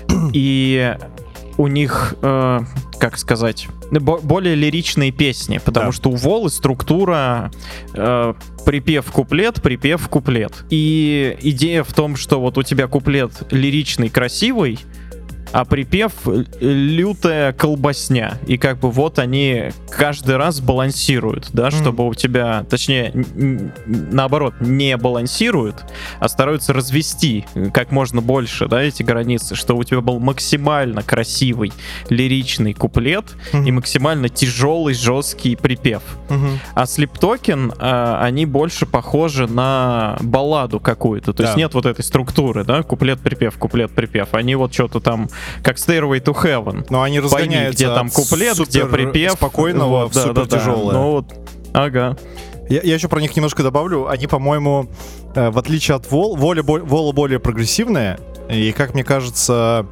Speaker 2: И у них, как сказать, более лиричные песни, потому что у Волы структура припев-куплет, припев-куплет. И идея в том, что вот у тебя куплет лиричный, красивый, а припев лютая колбасня. И как бы вот они каждый раз балансируют, да, чтобы у тебя, точнее, наоборот, не балансируют, а стараются развести как можно больше, да, эти границы, что у тебя был максимально красивый лиричный куплет и максимально тяжелый, жесткий припев. А Sleep Token, они больше похожи на балладу какую-то, то есть нет вот этой структуры, да, куплет-припев, куплет-припев. Они вот что-то там как Stairway to Heaven.
Speaker 1: Но они разгоняются,
Speaker 2: где там куплет, где припев.
Speaker 1: Спокойного в супер тяжелое.
Speaker 2: Ну вот, ага.
Speaker 1: Я еще про них немножко добавлю. Они, по-моему, в отличие от Вола более прогрессивная. И, как мне кажется,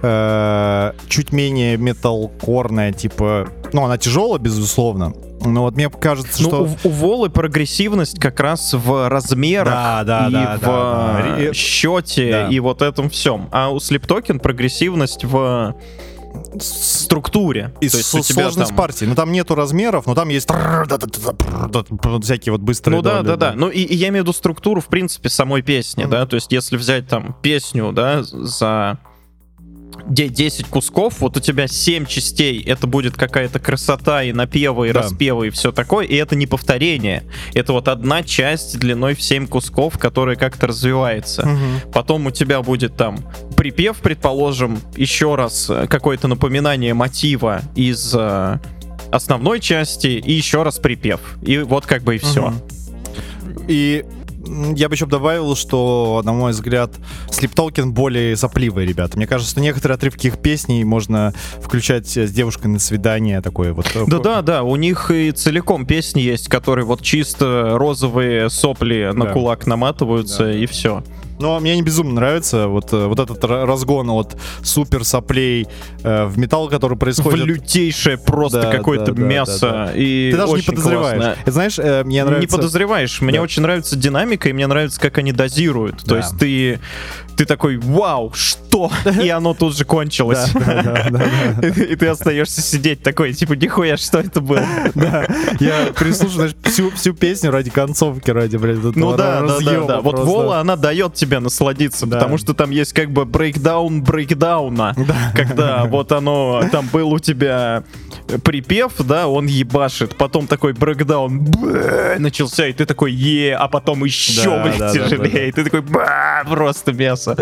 Speaker 1: чуть менее металкорная, она тяжелая, безусловно. Но вот мне кажется, что...
Speaker 2: У Волы прогрессивность как раз в размерах в счете и вот этом всем. А у Sleep Token прогрессивность в структуре.
Speaker 1: И сложность партии. Там нету размеров, но там есть всякие вот быстрые доли.
Speaker 2: Ну и я имею в виду структуру, в принципе, самой песни, да. То есть если взять там песню, да, за 10 кусков, вот у тебя 7 частей, это будет какая-то красота и напевы, и распевы, и все такое, и это не повторение. Это вот одна часть длиной в 7 кусков, которая как-то развивается. Потом у тебя будет там припев, предположим, еще раз какое-то напоминание мотива из основной части, и еще раз припев. И вот как бы и все.
Speaker 1: И я бы еще добавил, что, на мой взгляд, Sleep Talking более сопливые ребята. Мне кажется, что некоторые отрывки их песней можно включать с девушкой на свидание такое вот.
Speaker 2: Да, у них и целиком песни есть, которые вот чисто розовые сопли на кулак наматываются, и все.
Speaker 1: Но мне не безумно нравится вот этот разгон от супер соплей в металл, который происходит.
Speaker 2: В лютейшее просто какое-то мясо.
Speaker 1: Да.
Speaker 2: И
Speaker 1: ты даже
Speaker 2: очень
Speaker 1: не подозреваешь.
Speaker 2: Классно.
Speaker 1: Знаешь, мне нравится...
Speaker 2: Не подозреваешь. Мне очень нравится динамика, и мне нравится, как они дозируют. То есть ты такой, вау, что? И оно тут же кончилось. И ты остаешься сидеть такой, типа, нихуя, что это было?
Speaker 1: Я прислушиваюсь всю песню ради концовки, ради, блядь, этого разъема.
Speaker 2: Да. Вот Вола, она дает тебе насладиться, потому что там есть как бы брейкдаун брейкдауна. Когда вот оно, там был у тебя припев, да, он ебашит, потом такой брейкдаун начался, и ты такой, а потом еще, блядь, тяжелее. И ты такой, просто мясо.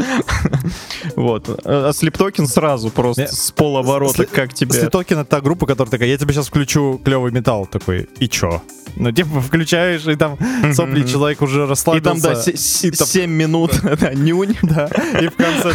Speaker 2: Вот. А Sleep Talking сразу просто с полоборота, как тебе...
Speaker 1: Sleep Talking — это та группа, которая такая, я тебе сейчас включу клевый металл, такой, и чё? Ну, типа, включаешь, и там сопли, человек уже расслабился.
Speaker 2: И там, 7 минут, нюнь.
Speaker 1: Да, и в конце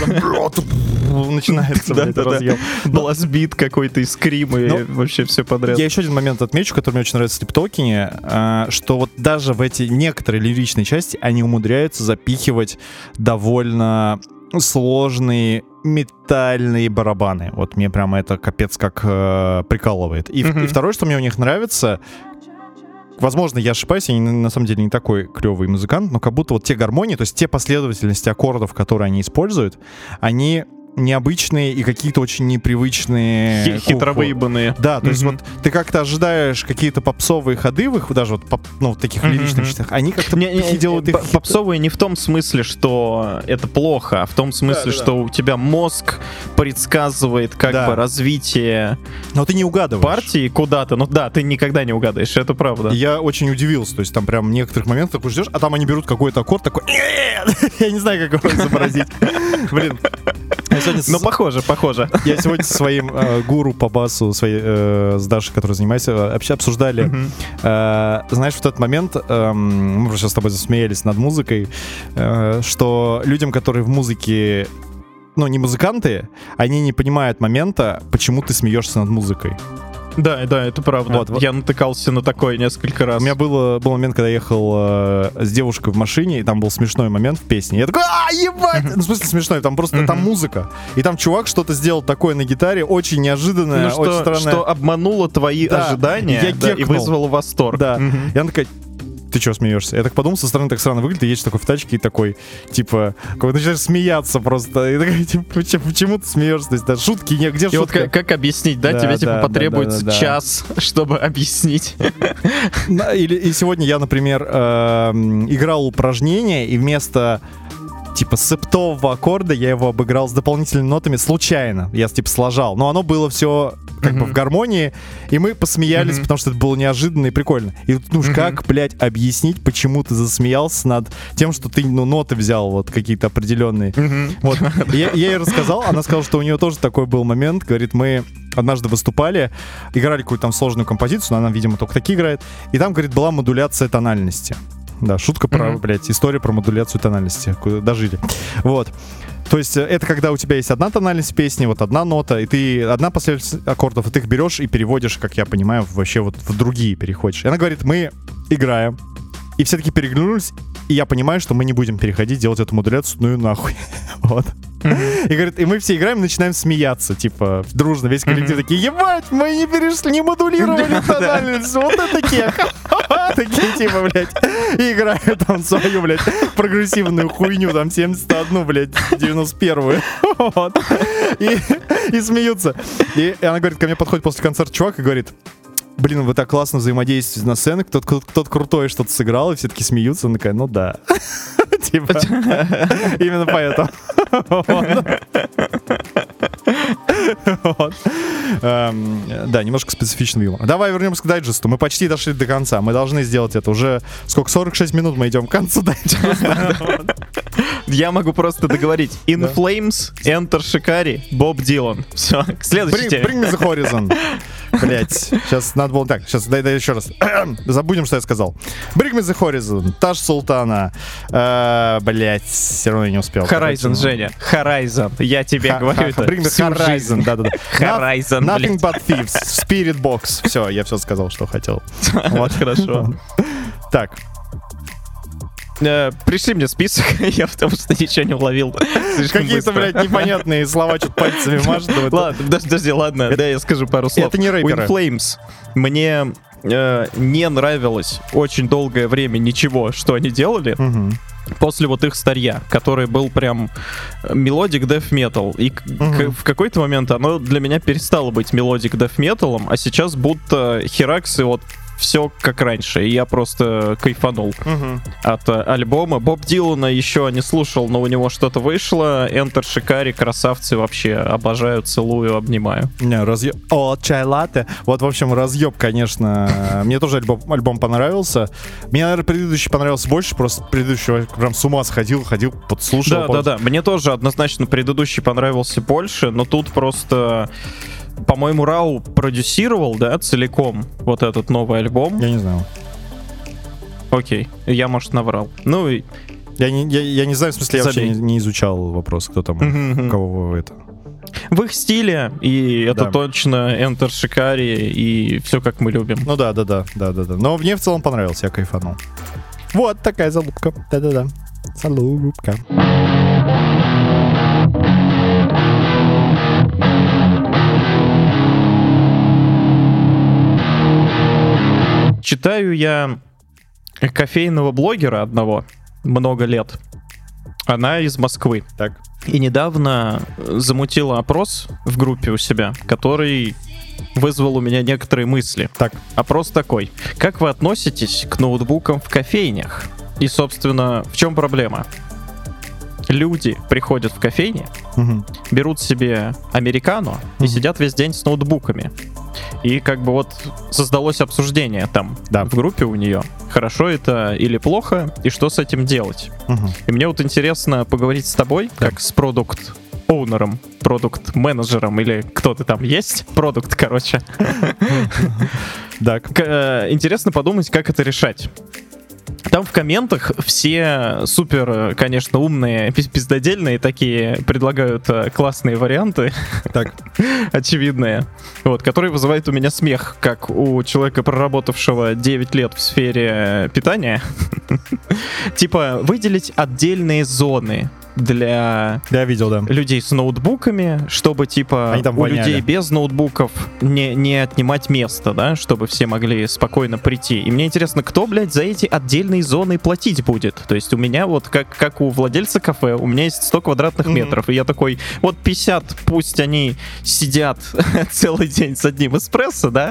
Speaker 1: там начинается, блядь, разъем.
Speaker 2: Бластбит какой-то, и скрим, и вообще все подряд.
Speaker 1: Я еще один момент отмечу, который мне очень нравится в Sleep Talking, что вот даже в эти некоторые лиричные части они умудряются запихивать довольно сложные метальные барабаны. Вот мне прямо это капец как прикалывает. И второе, что мне у них нравится, возможно, я ошибаюсь, я на самом деле не такой клевый музыкант, но как будто вот те гармонии, то есть те последовательности аккордов, которые они используют, они необычные и какие-то очень непривычные.
Speaker 2: Хитро выебанные.
Speaker 1: Да, то есть вот ты как-то ожидаешь какие-то попсовые ходы в их, даже вот в таких лиричных частях, они как-то делают их...
Speaker 2: Попсовые не в том смысле, что это плохо, а в том смысле, что у тебя мозг предсказывает как бы развитие.
Speaker 1: Но ты не угадываешь.
Speaker 2: Партии куда-то. Ну да, ты никогда не угадаешь, это правда.
Speaker 1: Я очень удивился, то есть там прям в некоторых моментах такой ждешь, а там они берут какой-то аккорд такой... Я не знаю, как его изобразить. Блин.
Speaker 2: Ну, похоже.
Speaker 1: Я сегодня со своим гуру по басу, с Дашей, которой занимаюсь, вообще обсуждали. Знаешь, в тот момент, мы просто с тобой засмеялись над музыкой, что людям, которые в музыке, ну, не музыканты, они не понимают момента, почему ты смеешься над музыкой.
Speaker 2: Да, это правда.
Speaker 1: Вот.
Speaker 2: Я натыкался на такое несколько раз.
Speaker 1: У меня был момент, когда я ехал с девушкой в машине, и там был смешной момент в песне. Я такой, ебать! Ну, в смысле смешной, там просто там музыка. И там чувак что-то сделал такое на гитаре, очень неожиданное, очень странное.
Speaker 2: Что обмануло твои ожидания и вызвало восторг.
Speaker 1: Да. И она такая, ты чего смеешься? Я так подумал, со стороны так странно выглядит, ты едешь такой в тачке и такой, типа, начинаешь смеяться просто. И такой, типа, почему ты смеешься? То есть, да, шутки, где шутка?
Speaker 2: И вот как объяснить, да? Тебе, типа, потребуется час, чтобы объяснить.
Speaker 1: И сегодня я, например, играл упражнение, и вместо типа септового аккорда я его обыграл с дополнительными нотами случайно. Я типа сложал. Но оно было все как бы в гармонии, и мы посмеялись, потому что это было неожиданно и прикольно. И ну уж как, блядь, объяснить, почему ты засмеялся над тем, что ты, ну, ноты взял вот какие-то определенные. Вот. Я ей рассказал, она сказала, что у нее тоже такой был момент. Говорит, мы однажды выступали, играли какую-то там сложную композицию, но она, видимо, только такие играет. И там, говорит, была модуляция тональности. Да, шутка про, блядь, история про модуляцию тональности. Дожили. Вот. То есть это когда у тебя есть одна тональность песни, вот одна нота, и ты одна последовательность аккордов, и ты их берешь и переводишь, как я понимаю, вообще вот в другие переходишь. И она говорит, мы играем, и все таки переглянулись, и я понимаю, что мы не будем переходить, делать эту модуляцию, ну и нахуй. Вот. И говорит, и мы все играем, начинаем смеяться, типа, дружно, весь коллектив такие, ебать, мы не перешли, не модулировали тональность, вот это такие, такие, типа, блядь, и играют там свою, блядь, прогрессивную хуйню, там, 71, блядь, 91-ю, вот, и смеются. И она говорит, ко мне подходит после концерта чувак и говорит, блин, вы так классно взаимодействуете на сцене, кто-то крутой что-то сыграл, и все таки смеются, она такая, ну да. Типа, именно поэтому. Да, немножко специфичный юмор. Давай вернемся к дайджесту. Мы почти дошли до конца. Мы должны сделать это. Уже сколько? 46 минут мы идем к концу дайджеста.
Speaker 2: Я могу просто договорить. In Flames, Enter Shikari, Боб Дилан. Все, следующий теме.
Speaker 1: Bring me the horizon. Блять, сейчас надо было... Так, сейчас дай еще раз. Забудем, что я сказал. Bring me the horizon, Таш Султана. Блять, все равно я не успел.
Speaker 2: Horizon, Женя. Horizon. Я тебе говорю это.
Speaker 1: Bring me Horizon. Да-да-да.
Speaker 2: Horizon,
Speaker 1: Nothing but Thieves. Spirit Box. Все, я все сказал, что хотел.
Speaker 2: Вот, хорошо.
Speaker 1: Так.
Speaker 2: Пришли мне список, я потому что ничего не уловил.
Speaker 1: Какие-то, блядь, непонятные слова, что-то пальцами машут.
Speaker 2: Ладно, подожди, ладно, да, я скажу пару слов.
Speaker 1: Это не рэперы.
Speaker 2: In Flames. Мне не нравилось очень долгое время ничего, что они делали. После вот их старья, который был прям мелодик death metal. И в какой-то момент оно для меня перестало быть мелодик death metal'ом, а сейчас будто Херакс и вот все как раньше, и я просто кайфанул от альбома. Боб Дилана еще не слушал, но у него что-то вышло. Enter Shikari, красавцы, вообще обожаю, целую, обнимаю.
Speaker 1: Не, разъеб... О, чай латте. Вот, в общем, разъеб, конечно. Мне тоже альбом понравился. Мне, наверное, предыдущий понравился больше, просто предыдущий прям с ума сходил, подслушал.
Speaker 2: Да. Мне тоже однозначно предыдущий понравился больше, но тут просто... По-моему, Рау продюсировал, да, целиком вот этот новый альбом.
Speaker 1: Я не знаю.
Speaker 2: Окей, я, может, наврал. Ну и...
Speaker 1: Я не знаю, в смысле, я вообще не изучал вопрос, кто там, у кого это.
Speaker 2: В их стиле, и это точно Enter Shikari, и все как мы любим.
Speaker 1: Ну да. Но мне в целом понравился, я кайфанул. Вот такая залупка. Да. Залупка.
Speaker 2: Читаю я кофейного блогера одного много лет. Она из Москвы.
Speaker 1: Так.
Speaker 2: И недавно замутила опрос в группе у себя, который вызвал у меня некоторые мысли.
Speaker 1: Так.
Speaker 2: Опрос такой. Как вы относитесь к ноутбукам в кофейнях? И, собственно, в чем проблема? Люди приходят в кофейни, берут себе американо и сидят весь день с ноутбуками. И как бы вот создалось обсуждение там в группе у нее. Хорошо это или плохо, и что с этим делать? И мне вот интересно поговорить с тобой, как с продукт-оунером, продукт-менеджером, или кто ты там есть? Продукт, короче. Интересно подумать, как это решать. Там в комментах все супер, конечно, умные, пиздодельные такие предлагают классные варианты, так, очевидные, вот, которые вызывают у меня смех, как у человека, проработавшего 9 лет в сфере питания. Типа, выделить отдельные зоны для людей с ноутбуками, чтобы, типа, у людей без ноутбуков не отнимать место, да, чтобы все могли спокойно прийти. И мне интересно, кто, блядь, за эти отдельные зоны платить будет? То есть у меня вот, как у владельца кафе, у меня есть 100 квадратных метров, и я такой, вот 50, пусть они сидят целый день с одним эспрессо, да,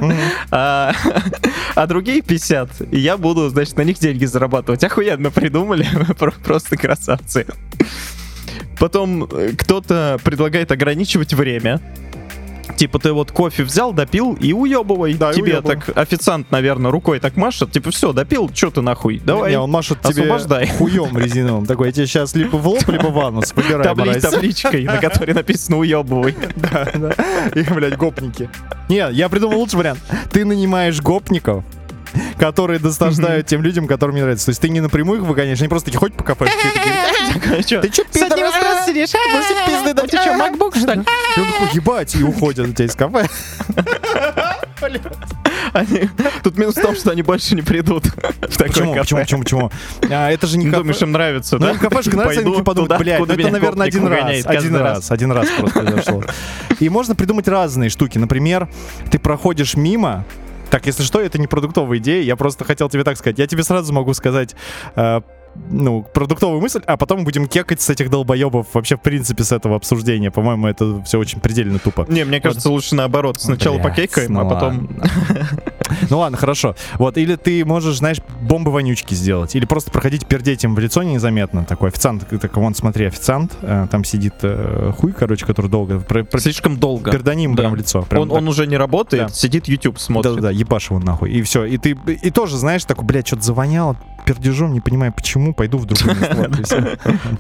Speaker 2: а другие 50, я буду, значит, на них деньги зарабатывать. Охуенно придумали, просто красавцы. Потом кто-то предлагает ограничивать время. Типа ты вот кофе взял, допил и уебывай. Да, тебе так официант, наверное, рукой так машет. Типа все, допил, что ты нахуй? Давай,
Speaker 1: он машет тебе хуем резиновым. Такой, я тебе сейчас либо в лоб, либо в анус. Выбирай,
Speaker 2: табличкой, на которой написано уебывай.
Speaker 1: Да. И, блядь, гопники. Не, я придумал лучший вариант. Ты нанимаешь гопников, которые досаждают тем людям, которым не нравится. То есть ты не напрямую их выгоняешь, они просто такие ходят по кафешке и такие: ты чё, пиздец, сидишь? Пизды, да ты чё, макбук, что ли? И он такой: ебать, и уходят у тебя из кафе.
Speaker 2: Тут минус в том, что они больше не придут в такое кафе.
Speaker 1: Почему? Это же не кафе.
Speaker 2: Думаешь, им нравится, да?
Speaker 1: Ну, им кафешка нравится, они подумают: блядь, ну это, наверное, один раз просто произошло. И можно придумать разные штуки. Например, ты проходишь мимо. Так, если что, это не продуктовая идея, я просто хотел тебе так сказать. Я тебе сразу могу сказать, продуктовую мысль, а потом будем кекать с этих долбоебов вообще, в принципе, с этого обсуждения. По-моему, это все очень предельно тупо.
Speaker 2: Не, мне кажется, лучше наоборот. Сначала покекаем, а потом...
Speaker 1: Ну ладно, хорошо. Вот, или ты можешь, знаешь, бомбы-вонючки сделать, или просто проходить, пердеть им в лицо незаметно. Такой официант, так, вон, смотри, официант, там сидит хуй, короче, который долго...
Speaker 2: Слишком долго.
Speaker 1: Пердани ему прям в лицо.
Speaker 2: Он уже не работает, сидит, YouTube смотрит.
Speaker 1: Да, ебашь его нахуй, и все. И ты тоже, знаешь, такой, блядь, что-то завоняло пердежом, не понимаю почему. почему, пойду в другое место.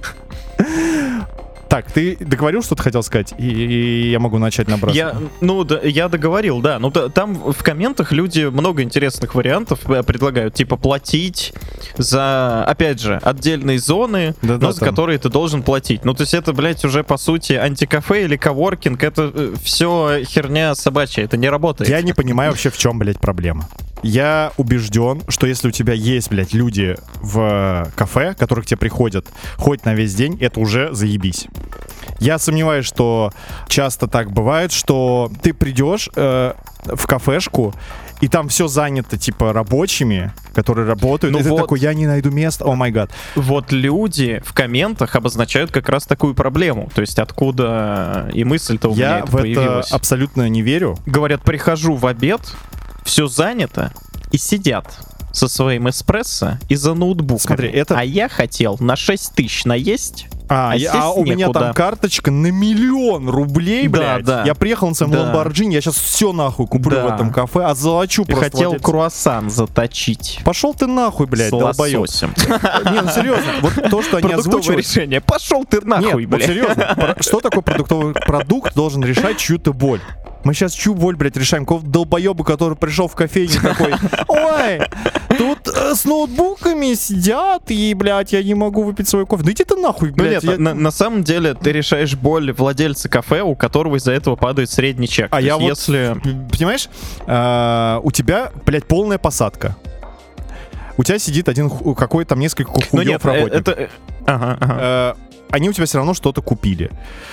Speaker 1: Так, ты договорил, что ты хотел сказать? И я могу начать набрасывать.
Speaker 2: Я договорил, да. Там в комментах люди много интересных вариантов предлагают. Типа платить за, опять же, отдельные зоны, за которые ты должен платить. То есть это, блядь, уже по сути антикафе или коворкинг. Это все херня собачья, это не работает.
Speaker 1: Я не понимаю вообще, в чем, блядь, проблема. Я убежден, что если у тебя есть, блядь, люди в кафе, которые к тебе приходят хоть на весь день, это уже заебись. Я сомневаюсь, что часто так бывает, что ты придешь в кафешку, и там все занято, типа, рабочими, которые работают, и ты такой, я не найду места, о май гад.
Speaker 2: Вот люди в комментах обозначают как раз такую проблему. То есть откуда и мысль-то у меня это появилась.
Speaker 1: Я в это абсолютно не верю.
Speaker 2: Говорят, прихожу в обед, все занято, и сидят со своим эспрессо и за ноутбуком.
Speaker 1: Смотри,
Speaker 2: А я хотел на 6 тысяч наесть.
Speaker 1: А у меня там карточка на 1 000 000 рублей, блядь.
Speaker 2: Да.
Speaker 1: Я приехал на своем Ламборджини, я сейчас все нахуй куплю в этом кафе, а золочу просто.
Speaker 2: Хотел круассан заточить.
Speaker 1: Пошел ты нахуй, блядь, долбоёб. Не, серьезно, вот то, что они озвучивают.
Speaker 2: Решение. Пошел ты нахуй, блядь.
Speaker 1: Серьезно, что такое продуктовый продукт должен решать чью-то боль? Мы сейчас чью боль, блядь, решаем? Какого-то долбоеба, который пришел в кофейню такой: ой, тут с ноутбуками сидят, и, блядь, я не могу выпить свой кофе. Да иди ты нахуй, блядь.
Speaker 2: На самом деле ты решаешь боль владельца кафе, у которого из-за этого падает средний чек.
Speaker 1: А я вот, понимаешь, у тебя, блядь, полная посадка. У тебя сидит один какой-то там несколько хуёв работник. Они у тебя все равно что-то купили.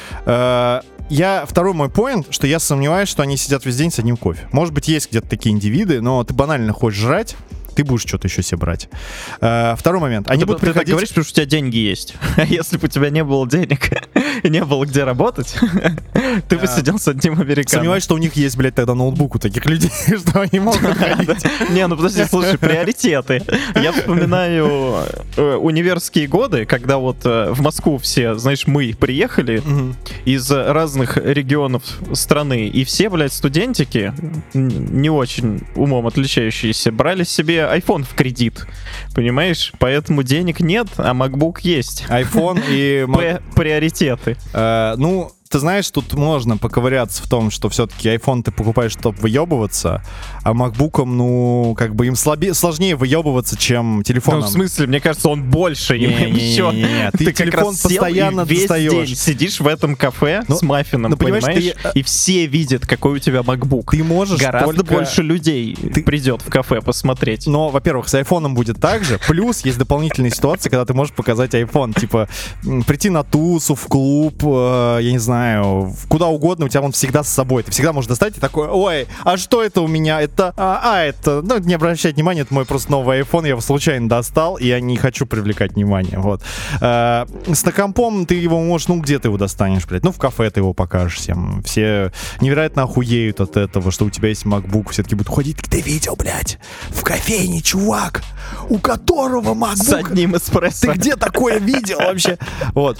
Speaker 1: Второй мой поинт, что я сомневаюсь, что они сидят весь день с одним кофе. Может быть, есть где-то такие индивиды, но ты банально хочешь жрать, ты будешь что-то еще себе брать. Второй момент. Они будут приходить...
Speaker 2: Ты так говоришь, потому что у тебя деньги есть. А если бы у тебя не было денег и не было где работать, ты бы сидел с одним американцем.
Speaker 1: Сомневаюсь, что у них есть, блядь, тогда ноутбук у таких людей, что они могут ходить.
Speaker 2: Не, подожди, слушай, приоритеты. Я вспоминаю универские годы, когда вот в Москву все, знаешь, мы приехали из разных регионов страны, и все, блядь, студентики, не очень умом отличающиеся, брали себе iPhone в кредит, понимаешь? Поэтому денег нет, а MacBook есть.
Speaker 1: iPhone и...
Speaker 2: Приоритеты.
Speaker 1: Ты знаешь, тут можно поковыряться в том, что все-таки iPhone ты покупаешь, чтобы выебываться, а MacBook'ом, как бы им сложнее выебываться, чем телефоном.
Speaker 2: В смысле, мне кажется, он больше.
Speaker 1: Не-не-не, ты телефон постоянно достаешь.
Speaker 2: Весь день сидишь в этом кафе с маффином, понимаешь? И все видят, какой у тебя MacBook.
Speaker 1: Ты можешь
Speaker 2: гораздо больше людей придет в кафе посмотреть.
Speaker 1: Но, во-первых, с iPhone'ом будет так же. Плюс есть дополнительные ситуации, когда ты можешь показать iPhone. Типа, прийти на тусу, в клуб, я не знаю, куда угодно, у тебя он всегда с собой. Ты всегда можешь достать и такой: ой, а что это у меня? Это, не обращайте внимания, это мой просто новый iPhone, я его случайно достал, и я не хочу привлекать внимание, вот. С компом ты его можешь, где ты его достанешь, блядь? В кафе ты его покажешь всем. Все невероятно охуеют от этого, что у тебя есть MacBook, все-таки будут ходить. Ты видел, блядь, в кофейне чувак, у которого MacBook
Speaker 2: с одним эспрессо.
Speaker 1: Ты где такое видел вообще? Вот,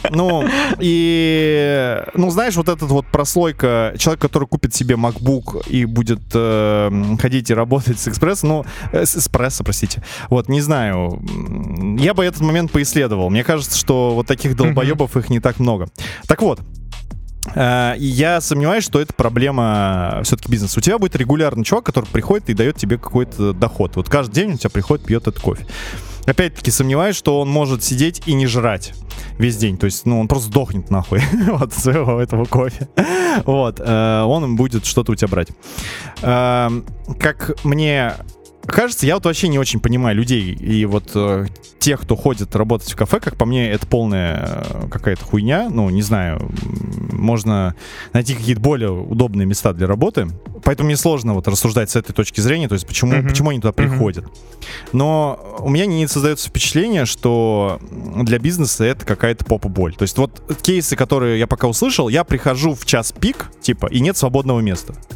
Speaker 1: знаешь, вот эта вот прослойка, человек, который купит себе MacBook и будет ходить и работать с эспрессо, простите. Вот, не знаю, я бы этот момент поисследовал. Мне кажется, что вот таких долбоебов их не так много. Так вот, я сомневаюсь, что это проблема все-таки бизнеса. У тебя будет регулярный чувак, который приходит и дает тебе какой-то доход. Вот каждый день у тебя приходит, пьет этот кофе. Опять-таки сомневаюсь, что он может сидеть и не жрать весь день. То есть, он просто сдохнет нахуй от своего этого кофе. Вот. Он будет что-то у тебя брать. Как мне кажется, я вот вообще не очень понимаю людей и вот тех, кто ходит работать в кафе, как по мне, это полная какая-то хуйня. Не знаю, можно найти какие-то более удобные места для работы. Поэтому мне сложно вот рассуждать с этой точки зрения, то есть почему они туда приходят. Но у меня не создается впечатление, что для бизнеса это какая-то попа-боль. То есть вот кейсы, которые я пока услышал, я прихожу в час пик, и нет свободного места.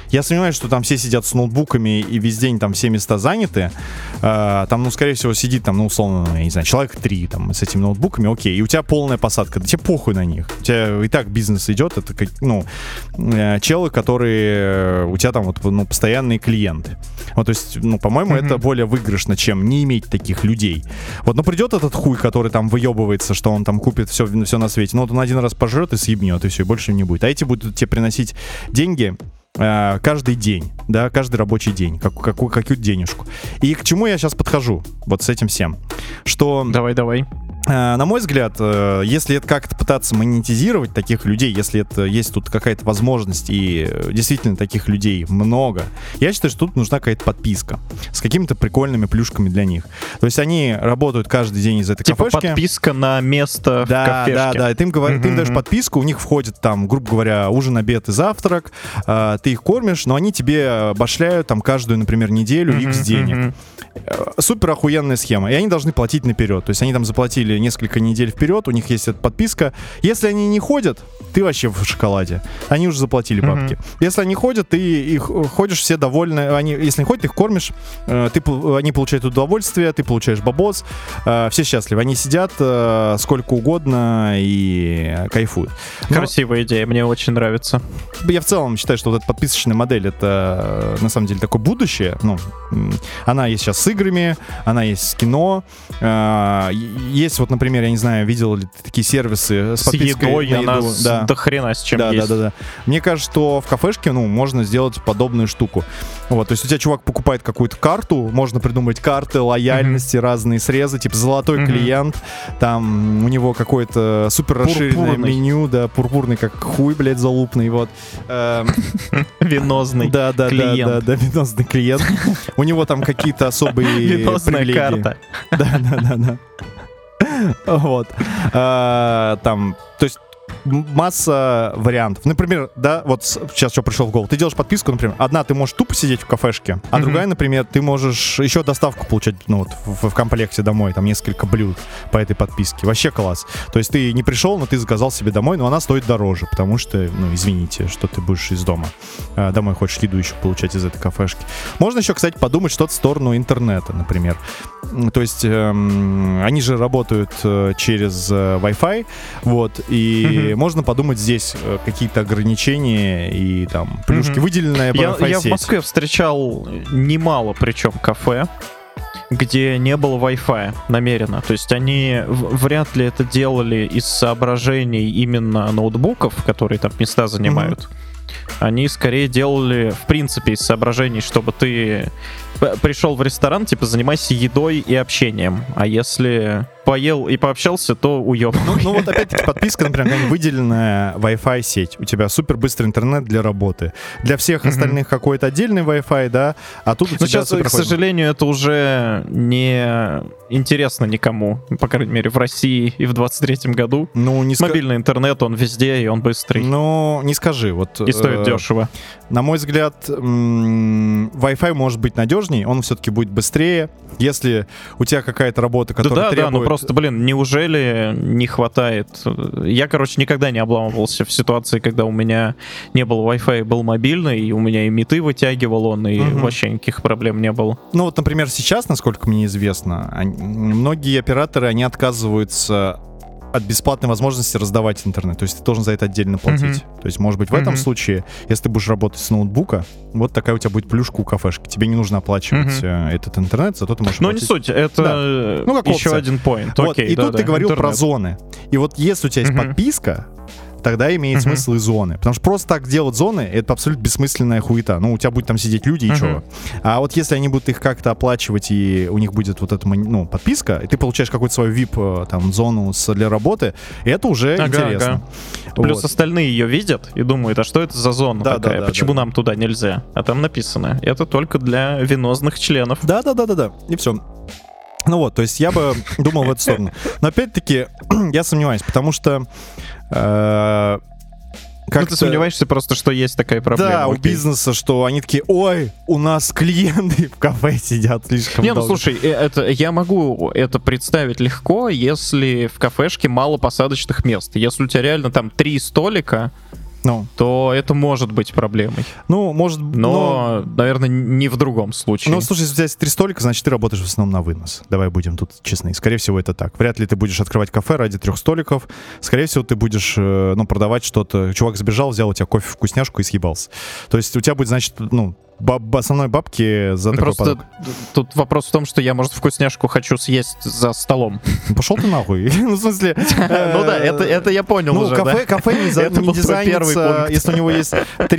Speaker 1: Я сомневаюсь, что там все сидят с ноутбуками и весь день там все места заняты. Там, скорее всего, сидит там, условно, я не знаю, человек 3 там с этими ноутбуками, окей, и у тебя полная посадка, да тебе похуй на них. У тебя и так бизнес идет, это как, челы, которые у тебя там вот, постоянные клиенты. Вот, то есть, по-моему, это более выигрышно, чем не иметь таких людей. Вот, но придет этот хуй, который там выебывается, что он там купит все на свете, вот он один раз пожрет и съебнет, и все, и больше не будет. А эти будут тебе приносить деньги каждый день, да, каждый рабочий день, какую-то денежку. И к чему я сейчас подхожу вот с этим всем? Что...
Speaker 2: Давай.
Speaker 1: На мой взгляд, если это как-то пытаться монетизировать таких людей, если это есть тут какая-то возможность и действительно таких людей много, я считаю, что тут нужна какая-то подписка с какими-то прикольными плюшками для них. То есть они работают каждый день из этой кафешки.
Speaker 2: Типа подписка на место в кафешке. Да.
Speaker 1: И ты им даешь подписку, у них входит там, грубо говоря, ужин, обед и завтрак, ты их кормишь, но они тебе башляют там каждую, например, неделю X денег. Супер охуенная схема. И они должны платить наперед. То есть они там заплатили несколько недель вперед, у них есть эта подписка. Если они не ходят, ты вообще в шоколаде. Они уже заплатили бабки. Если они ходят, ты их ходишь, все довольны. Если не ходят, ты их кормишь, они получают удовольствие, ты получаешь бабос, все счастливы. Они сидят сколько угодно и кайфуют.
Speaker 2: Красивая идея, мне очень нравится.
Speaker 1: Я в целом считаю, что вот эта подписочная модель, это на самом деле такое будущее. Она есть сейчас с играми, она есть с кино. Есть вот, например, я не знаю, видел ли ты такие сервисы с подпиской
Speaker 2: едой,
Speaker 1: на еду.
Speaker 2: До хрена с чем есть.
Speaker 1: Да. Мне кажется, что в кафешке, можно сделать подобную штуку. Вот, то есть у тебя чувак покупает какую-то карту, можно придумать карты лояльности, разные срезы, типа золотой клиент, там у него какое-то супер расширенное меню, да, пурпурный, как хуй, блядь, залупный, вот.
Speaker 2: Венозный клиент.
Speaker 1: Да, венозный клиент. У него там какие-то особые привилегии.
Speaker 2: Карта.
Speaker 1: Да. Вот. Там, то есть масса вариантов. Например, да, вот сейчас что пришло в голову. Ты делаешь подписку, например, одна ты можешь тупо сидеть в кафешке, а другая, например, ты можешь еще доставку получать, в комплекте домой, там несколько блюд по этой подписке. Вообще класс. То есть ты не пришел, но ты заказал себе домой, но она стоит дороже, потому что, извините, что ты будешь из дома. Домой хочешь еду еще получать из этой кафешки. Можно еще, кстати, подумать что-то в сторону интернета, например. То есть они же работают через Wi-Fi, вот, и можно подумать здесь какие-то ограничения и там плюшки, выделенная Wi-Fi
Speaker 2: Я
Speaker 1: сеть.
Speaker 2: в Москве встречал немало, причем, кафе, где не было Wi-Fi намеренно. То есть они вряд ли это делали из соображений именно ноутбуков, которые там места занимают. Они скорее делали, в принципе, из соображений, чтобы ты пришел в ресторан, типа, занимайся едой и общением. А если поел и пообщался, то уёбывай.
Speaker 1: Ну вот опять-таки подписка, например, выделенная Wi-Fi сеть. У тебя супер быстрый интернет для работы. Для всех остальных какой-то отдельный Wi-Fi, да, а тут у тебя
Speaker 2: сейчас, к сожалению, это уже не интересно никому. По крайней мере, в России и в 23-м году. Мобильный интернет, он везде, и он быстрый.
Speaker 1: Ну, не скажи. Вот,
Speaker 2: и стоит дешево.
Speaker 1: На мой взгляд, Wi-Fi может быть надежней, он все-таки будет быстрее. Если у тебя какая-то работа, которая требует...
Speaker 2: Да, ну просто, неужели не хватает? Я, никогда не обламывался в ситуации, когда у меня не было Wi-Fi, был мобильный, и у меня и меты вытягивал он, и вообще никаких проблем не было.
Speaker 1: Ну вот, например, сейчас, насколько мне известно, многие операторы, они отказываются от бесплатной возможности раздавать интернет. То есть ты должен за это отдельно платить. То есть, может быть, в этом случае, если ты будешь работать с ноутбука, вот такая у тебя будет плюшка у кафешки. Тебе не нужно оплачивать этот интернет, зато ты можешь платить.
Speaker 2: Не суть, это еще один поинт.
Speaker 1: Вот. И тут ты говорил про зоны. И вот если у тебя есть подписка, тогда имеет смысл и зоны. Потому что просто так делать зоны, это абсолютно бессмысленная хуета. У тебя будут там сидеть люди и чего. А вот если они будут их как-то оплачивать, и у них будет вот эта подписка, и ты получаешь какую-то свою VIP там зону для работы, это уже интересно.
Speaker 2: Плюс остальные ее видят и думают, а что это за зона такая? Почему нам туда нельзя? А там написано, это только для венозных членов.
Speaker 1: Да. И все. То есть я бы думал в эту сторону. Но опять-таки, я сомневаюсь, потому что...
Speaker 2: ты сомневаешься просто, что есть такая проблема.
Speaker 1: Да, у бизнеса, что они такие, ой, у нас клиенты в кафе сидят слишком долго.
Speaker 2: Слушай, я могу это представить легко, если в кафешке мало посадочных мест. Если у тебя реально там 3 столика, то это может быть проблемой. Но, наверное, не в другом случае.
Speaker 1: Слушай, если у тебя есть 3 столика, значит, ты работаешь в основном на вынос. Давай будем тут честны. Скорее всего, это так. Вряд ли ты будешь открывать кафе ради 3 столиков. Скорее всего, ты будешь, продавать что-то. Чувак сбежал, взял у тебя кофе, вкусняшку и съебался. То есть у тебя будет, значит, основной бабки за такой
Speaker 2: просто
Speaker 1: поток.
Speaker 2: Тут вопрос в том, что я, может, вкусняшку хочу съесть за столом.
Speaker 1: Пошел ты нахуй. В смысле...
Speaker 2: Ну да, это я понял уже.
Speaker 1: Кафе не дизайнится, если у него есть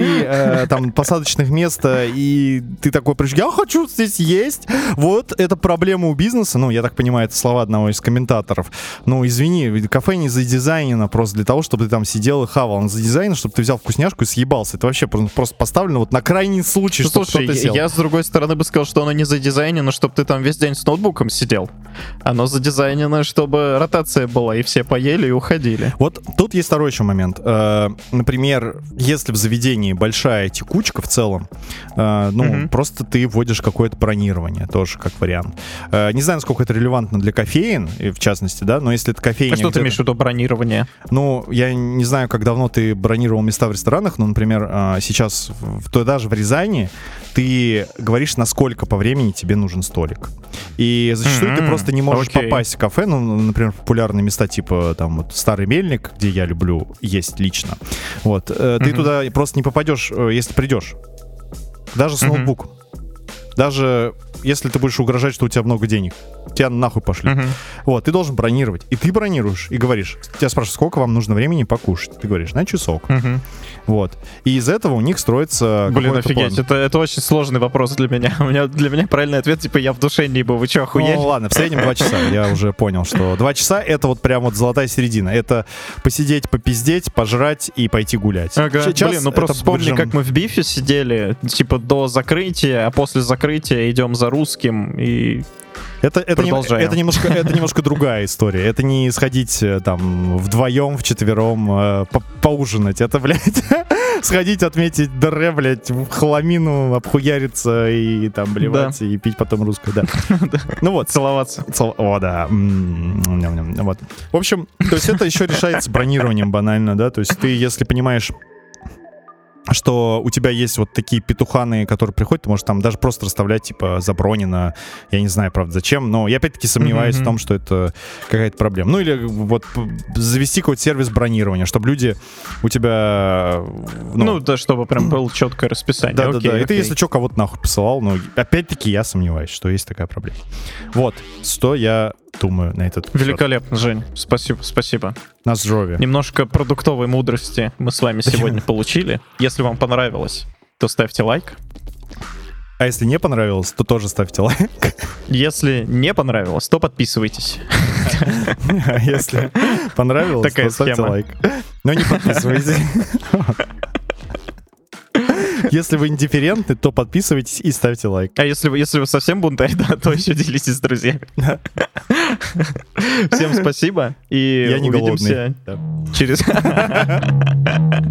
Speaker 1: 3 там посадочных места, и ты такой пришел, я хочу здесь есть. Вот это проблема у бизнеса. Я так понимаю, это слова одного из комментаторов. Извини, ведь кафе не задизайнено просто для того, чтобы ты там сидел и хавал. Он задизайнено, чтобы ты взял вкусняшку и съебался. Это вообще просто поставлено вот на крайний случай.
Speaker 2: Слушай, я с другой стороны бы сказал, что оно не задизайнено, чтобы ты там весь день с ноутбуком сидел. Оно задизайнено, чтобы ротация была, и все поели и уходили.
Speaker 1: Вот тут есть второй еще момент. Например, если в заведении большая текучка в целом, просто ты вводишь какое-то бронирование, тоже как вариант. Не знаю, насколько это релевантно для кофеин, в частности, да, но если это кофейня...
Speaker 2: А что ты имеешь в виду бронирование?
Speaker 1: Я не знаю, как давно ты бронировал места в ресторанах, но, например, сейчас даже в Рязани ты говоришь, насколько по времени тебе нужен столик. И зачастую ты просто не можешь попасть в кафе, например, популярные места типа там вот Старый Мельник, где я люблю есть лично. Вот. Ты туда просто не попадешь, если придешь. Даже с ноутбуком. Даже если ты будешь угрожать, что у тебя много денег. Тебя нахуй пошли. Вот, ты должен бронировать. И ты бронируешь, и говоришь, тебя спрашивают, сколько вам нужно времени покушать. Ты говоришь, на часок. Вот. И из этого у них строится...
Speaker 2: Блин, офигеть, это очень сложный вопрос для меня. Для меня правильный ответ, типа, я в душе не был. Вы что, охуели?
Speaker 1: Ладно, в среднем 2 часа. Я уже понял, что 2 часа — это вот прям вот золотая середина. Это посидеть, попиздеть, пожрать и пойти гулять.
Speaker 2: Ага. Блин, просто вспомни, как мы в бифе сидели, типа, до закрытия, а после закрытия идем за русским и...
Speaker 1: Это немножко другая история. Это не сходить там вдвоем, вчетвером поужинать. Это, блядь, сходить, отметить дыре, блядь, в хламину, обхуяриться и там блевать, и пить потом русскую, да. Ну вот.
Speaker 2: Целоваться.
Speaker 1: О, да. Вот. В общем, то есть это еще решается бронированием банально, да. То есть ты, если понимаешь, что у тебя есть вот такие петуханы, которые приходят, ты можешь там даже просто расставлять, типа, забронено, я не знаю, правда, зачем, но я опять-таки сомневаюсь в том, что это какая-то проблема. Или вот завести какой-то сервис бронирования, чтобы люди у тебя...
Speaker 2: да, чтобы прям было четкое расписание.
Speaker 1: Да. И ты, если что, кого-то нахуй посылал, опять-таки я сомневаюсь, что есть такая проблема. Вот, что я думаю на этот счет.
Speaker 2: Великолепно, Жень. Спасибо.
Speaker 1: На здоровье.
Speaker 2: Немножко продуктовой мудрости мы с вами сегодня получили. Если вам понравилось, то ставьте лайк.
Speaker 1: А если не понравилось, то тоже ставьте лайк.
Speaker 2: Если не понравилось, то подписывайтесь.
Speaker 1: А если понравилось, то ставьте лайк. Но не подписывайтесь. Если вы индифферентны, то подписывайтесь и ставьте лайк.
Speaker 2: А если вы совсем бунтарь, да, то еще делитесь с друзьями. Всем спасибо. И
Speaker 1: я не
Speaker 2: увидимся
Speaker 1: голодный.
Speaker 2: через...